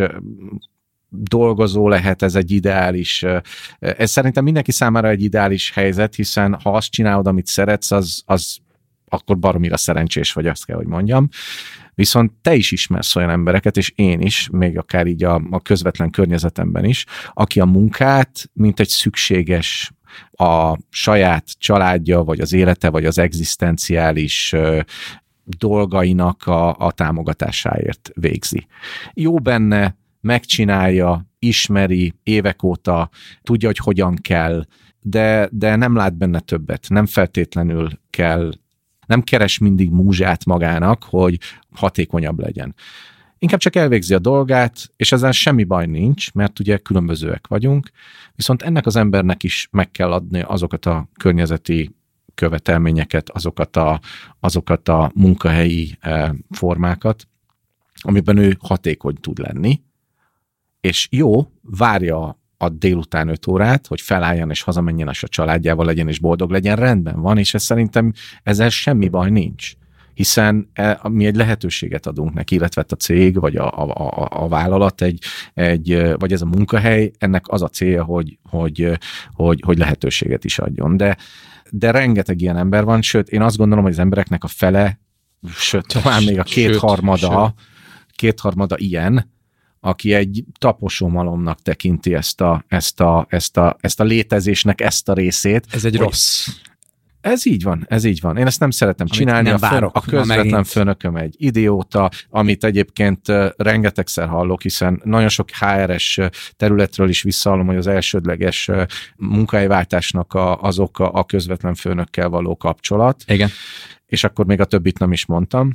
dolgozó lehet, ez egy ideális, ez szerintem mindenki számára egy ideális helyzet, hiszen ha azt csinálod, amit szeretsz, az akkor baromira szerencsés vagy, azt kell, hogy mondjam. Viszont te is ismersz olyan embereket, és én is, még akár így a közvetlen környezetemben is, aki a munkát, mint egy szükséges a saját családja, vagy az élete, vagy az egzisztenciális dolgainak a támogatásáért végzi. Jó benne, megcsinálja, ismeri, évek óta, tudja, hogy hogyan kell, de nem lát benne többet, nem feltétlenül kell, nem keres mindig múzsát magának, hogy hatékonyabb legyen. inkább csak elvégzi a dolgát, és ezzel semmi baj nincs, mert ugye különbözőek vagyunk, viszont ennek az embernek is meg kell adni azokat a környezeti követelményeket, azokat a munkahelyi formákat, amiben ő hatékony tud lenni, és jó, várja a délután 5 órát, hogy felálljon és hazamenjen, és a családjával legyen, és boldog legyen, rendben van, és ez szerintem ezzel semmi baj nincs. Hiszen mi egy lehetőséget adunk neki, illetve a cég, vagy a vállalat, vagy ez a munkahely, ennek az a célja, hogy lehetőséget is adjon. De rengeteg ilyen ember van, sőt, én azt gondolom, hogy az embereknek a fele, sőt, talán még a kétharmada ilyen, aki egy taposómalomnak tekinti ezt a létezésnek ezt a részét. Ez egy rossz. Ez így van. Én ezt nem szeretem csinálni. A közvetlen főnököm egy idióta, amit egyébként rengetegszer hallok, hiszen nagyon sok HR-es területről is visszahallom, hogy az elsődleges munkahelyváltásnak az oka a közvetlen főnökkel való kapcsolat. Igen. És akkor még a többit nem is mondtam.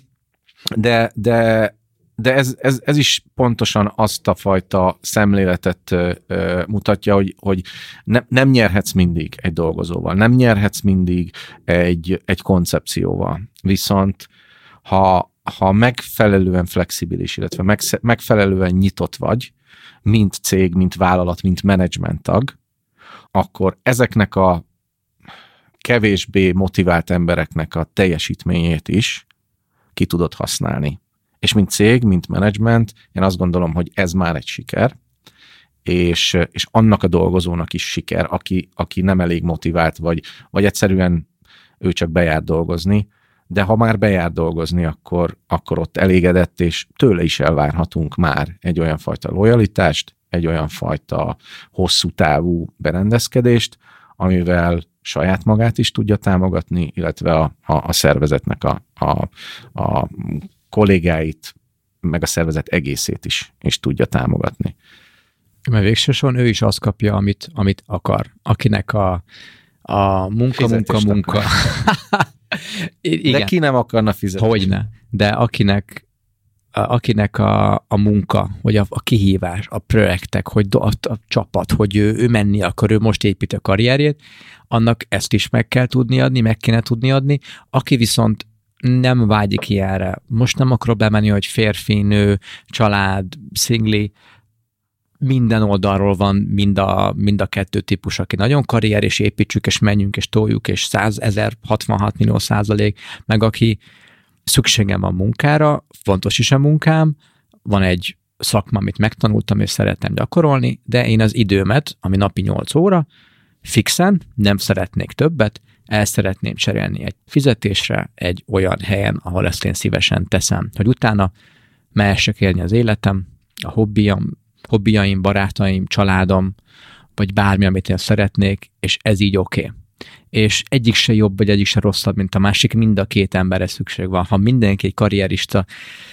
De ez is pontosan azt a fajta szemléletet mutatja, hogy nem nyerhetsz mindig egy dolgozóval, nem nyerhetsz mindig egy koncepcióval. Viszont ha megfelelően flexibilis, illetve megfelelően nyitott vagy, mint cég, mint vállalat, mint menedzsment tag, akkor ezeknek a kevésbé motivált embereknek a teljesítményét is ki tudod használni. És mint cég, mint menedzsment, én azt gondolom, hogy ez már egy siker, és annak a dolgozónak is siker, aki nem elég motivált, vagy egyszerűen ő csak bejár dolgozni, de ha már bejár dolgozni, akkor ott elégedett, és tőle is elvárhatunk már egy olyan fajta lojalitást, egy olyan fajta hosszú távú berendezkedést, amivel saját magát is tudja támogatni, illetve a szervezetnek a kollégáit, meg a szervezet egészét is tudja támogatni. Mert végső soron ő is azt kapja, amit akar. Akinek a munka. Igen. De ki nem akarna fizetni? Hogyne. De akinek a munka, vagy a kihívás, a projektek, hogy a csapat, hogy ő menni akar, ő most épít a karrierjét, annak ezt is meg kell tudni adni, meg kéne tudni adni. Aki viszont nem vágyik ilyenre. Most nem akarok bemenni, hogy férfi, nő, család, szingli, minden oldalról van mind a kettő típus, aki nagyon karrier, és építsük, és menjünk, és toljuk, és 100,066 millió %, meg aki szükségem van munkára, fontos is a munkám, van egy szakma, amit megtanultam, és szeretem gyakorolni, de én az időmet, ami napi 8 óra, fixen, nem szeretnék többet, el szeretném cserélni egy fizetésre, egy olyan helyen, ahol ezt én szívesen teszem, hogy utána mehessek élni az életem, a hobbiaim, barátaim, családom, vagy bármi, amit én szeretnék, és ez így oké. És egyik se jobb, vagy egyik se rosszabb, mint a másik, mind a két emberre szükség van. Ha mindenki egy karrierista,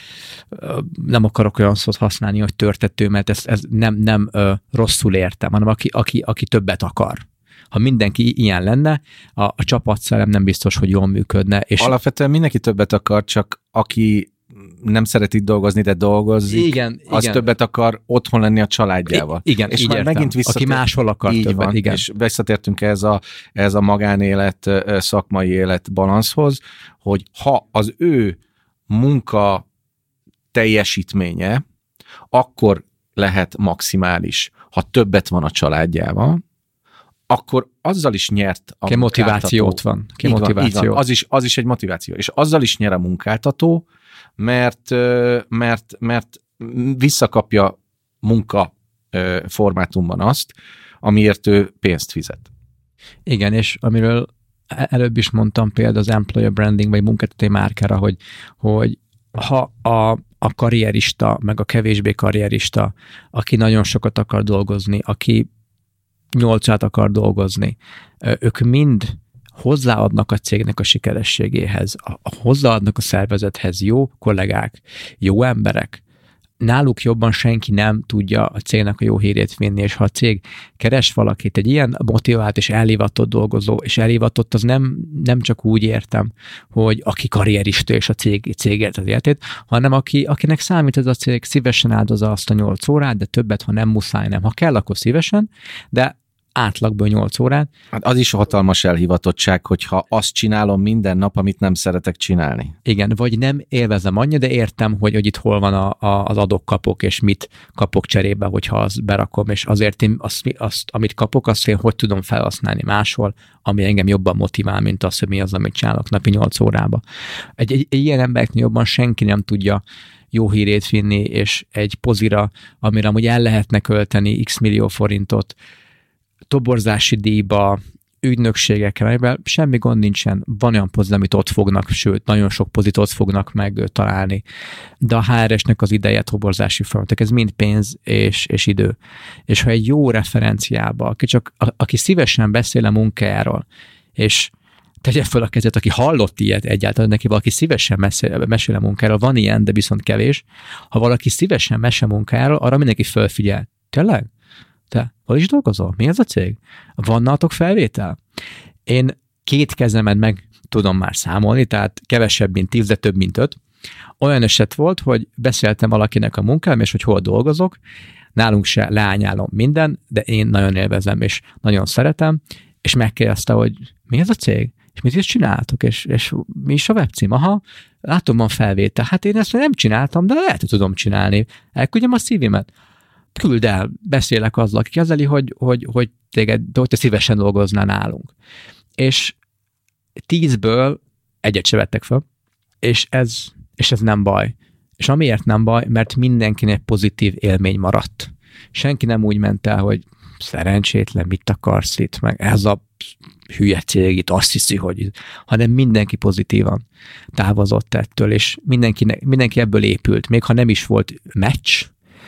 nem akarok olyan szót használni, hogy törtető, mert ez nem rosszul értem, hanem aki többet akar. Ha mindenki ilyen lenne, a csapatszellem nem biztos, hogy jól működne. És alapvetően mindenki többet akar, csak aki nem szeret itt dolgozni, de dolgozik, igen. többet akar otthon lenni a családjával. Igen, és már megint aki máshol akar többet. Van, igen. És visszatértünk ez a magánélet, szakmai élet balanszhoz, hogy ha az ő munka teljesítménye akkor lehet maximális, ha többet van a családjával, akkor azzal is nyert a motivációt van. Motiváció. Az is egy motiváció. És azzal is nyer a munkáltató, mert visszakapja munka formátumban azt, amiért ő pénzt fizet. Igen, és amiről előbb is mondtam például az employer branding, vagy munkáltatói márkára, hogy ha a karrierista, meg a kevésbé karrierista, aki nagyon sokat akar dolgozni, aki 8-át akar dolgozni, ők mind hozzáadnak a cégnek a sikerességéhez, hozzáadnak a szervezethez jó kollégák, jó emberek, náluk jobban senki nem tudja a cégnek a jó hírét vinni, és ha a cég keres valakit, egy ilyen motivált és elhivatott dolgozó, és elhivatott az nem csak úgy értem, hogy aki karrierista és a cégért az életét, hanem akinek számít ez a cég, szívesen áldozza azt a 8 órát, de többet, ha nem muszáj, nem. Ha kell, akkor szívesen, de átlagból 8 órát. Hát az is hatalmas elhivatottság, hogyha azt csinálom minden nap, amit nem szeretek csinálni. Igen, vagy nem élvezem annyira, de értem, hogy itt hol van az adok-kapok, és mit kapok cserébe, hogyha azt berakom, és azért én azt, amit kapok, azt én hogy tudom felhasználni máshol, ami engem jobban motivál, mint az, hogy mi az, amit csinálok napi 8 órába. Egy ilyen embereknél jobban senki nem tudja jó hírét vinni, és egy pozira, amire amúgy el lehetne költeni x millió forintot, toborzási díjba, ügynökségekre, amiben semmi gond nincsen. Van olyan pozit, amit ott fognak, sőt, nagyon sok pozit ott fognak megtalálni. De a HR-esnek az ideje, toborzási folyamatok, ez mind pénz és idő. És ha egy jó referenciába, aki szívesen beszél a munkájáról, és tegye fel a kezet, aki hallott ilyet egyáltalán, neki valaki szívesen mesél a munkáról, van ilyen, de viszont kevés. Ha valaki szívesen mesél a munkáról, arra mindenki fölfigyel. Tényleg? Te hol is dolgozol? Mi ez a cég? Van nálatok felvétel? Én 2 kezemen meg tudom már számolni, tehát kevesebb, mint 10, de több, mint 5. Olyan eset volt, hogy beszéltem valakinek a munkám, és hogy hol dolgozok. Nálunk se leányálom minden, de én nagyon élvezem, és nagyon szeretem, és megkérdezte, hogy mi ez a cég? És mit is csináltok? És mi is a webcím? Aha, látom, van felvétel. Hát én ezt nem csináltam, de lehet, hogy tudom csinálni. Elküldjem a CV-met. Küld el, beszélek azzal, aki kezeli, hogy te szívesen dolgoznál nálunk. És 10-ből 1-et se vettek fel, és ez nem baj. És amiért nem baj, mert mindenkinek pozitív élmény maradt. Senki nem úgy ment el, hogy szerencsétlen, mit akarsz itt, meg ez a hülye cég itt azt hiszi, hogy hanem mindenki pozitívan távozott ettől, és mindenki ebből épült, még ha nem is volt meccs,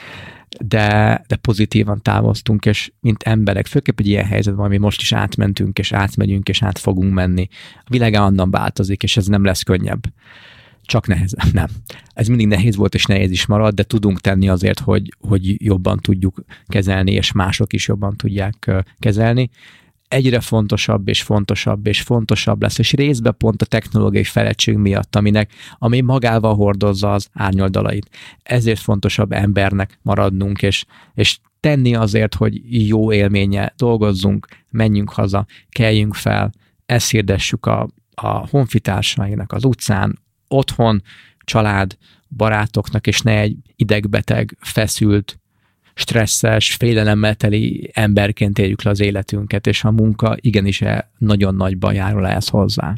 de pozitívan távoztunk, és mint emberek, főképp egy ilyen helyzetben, ami most is átmentünk, és átmegyünk, és át fogunk menni. A világ állandóan változik, és ez nem lesz könnyebb. Csak nehezebb. Nem. Ez mindig nehéz volt, és nehéz is marad, de tudunk tenni azért, hogy jobban tudjuk kezelni, és mások is jobban tudják kezelni. Egyre fontosabb, és fontosabb, és fontosabb lesz, és részben pont a technológiai fejlettség miatt, ami magával hordozza az árnyoldalait. Ezért fontosabb embernek maradnunk, és tenni azért, hogy jó élménye dolgozzunk, menjünk haza, keljünk fel, ezt hirdessük a honfitársainak az utcán, otthon, család, barátoknak, és ne egy idegbeteg, feszült, stresszes, félelemmel teli emberként éljük le az életünket, és a munka igenis nagyon nagyban járul ehhez hozzá.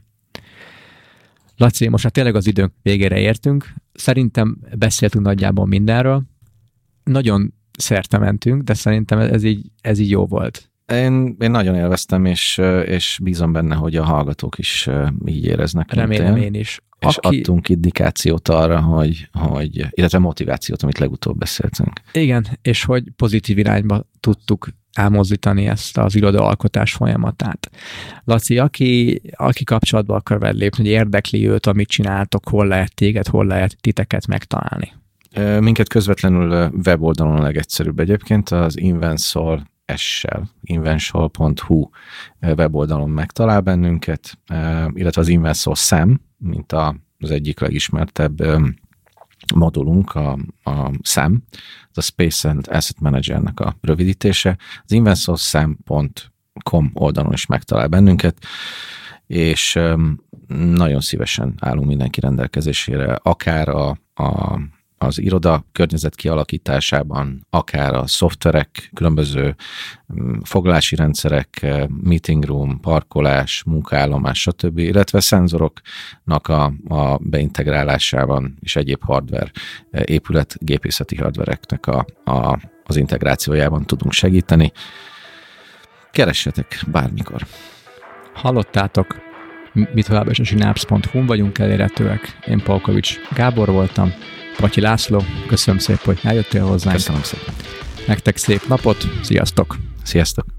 Laci, most már tényleg az időnk végére értünk. Szerintem beszéltünk nagyjából mindenről. Nagyon szerte mentünk, de szerintem ez így jó volt. Én nagyon élveztem, és bízom benne, hogy a hallgatók is így éreznek. Remélem én is. És adtunk indikációt arra, illetve motivációt, amit legutóbb beszéltünk. Igen, és hogy pozitív irányba tudtuk elmozdítani ezt az irodaalkotás folyamatát. Laci, aki kapcsolatba akar veled lépni, hogy érdekli őt, amit csináltok, hol lehet titeket megtalálni? Minket közvetlenül weboldalon a legegyszerűbb egyébként, az invensol.hu weboldalon megtalál bennünket, illetve az Invensol SAM, mint az egyik legismertebb modulunk, a SAM, az a Space and Asset Managernek a rövidítése. Az invensolsam.com oldalon is megtalál bennünket, és nagyon szívesen állunk mindenki rendelkezésére, akár az iroda környezet kialakításában, akár a szoftverek, különböző foglalási rendszerek, meeting room, parkolás, munkaállomás, stb., illetve szenzoroknak a beintegrálásában és egyéb hardware, épületgépészeti hardvereknek az integrációjában tudunk segíteni. Keressetek bármikor. Hallottátok? Mi tovább is a synapse.hu vagyunk elérhetőek. Én Palkovics Gábor voltam. Patyi László, köszönöm szépen, hogy eljöttél hozzánk. Köszönöm szépen. Nektek szép napot, sziasztok! Sziasztok!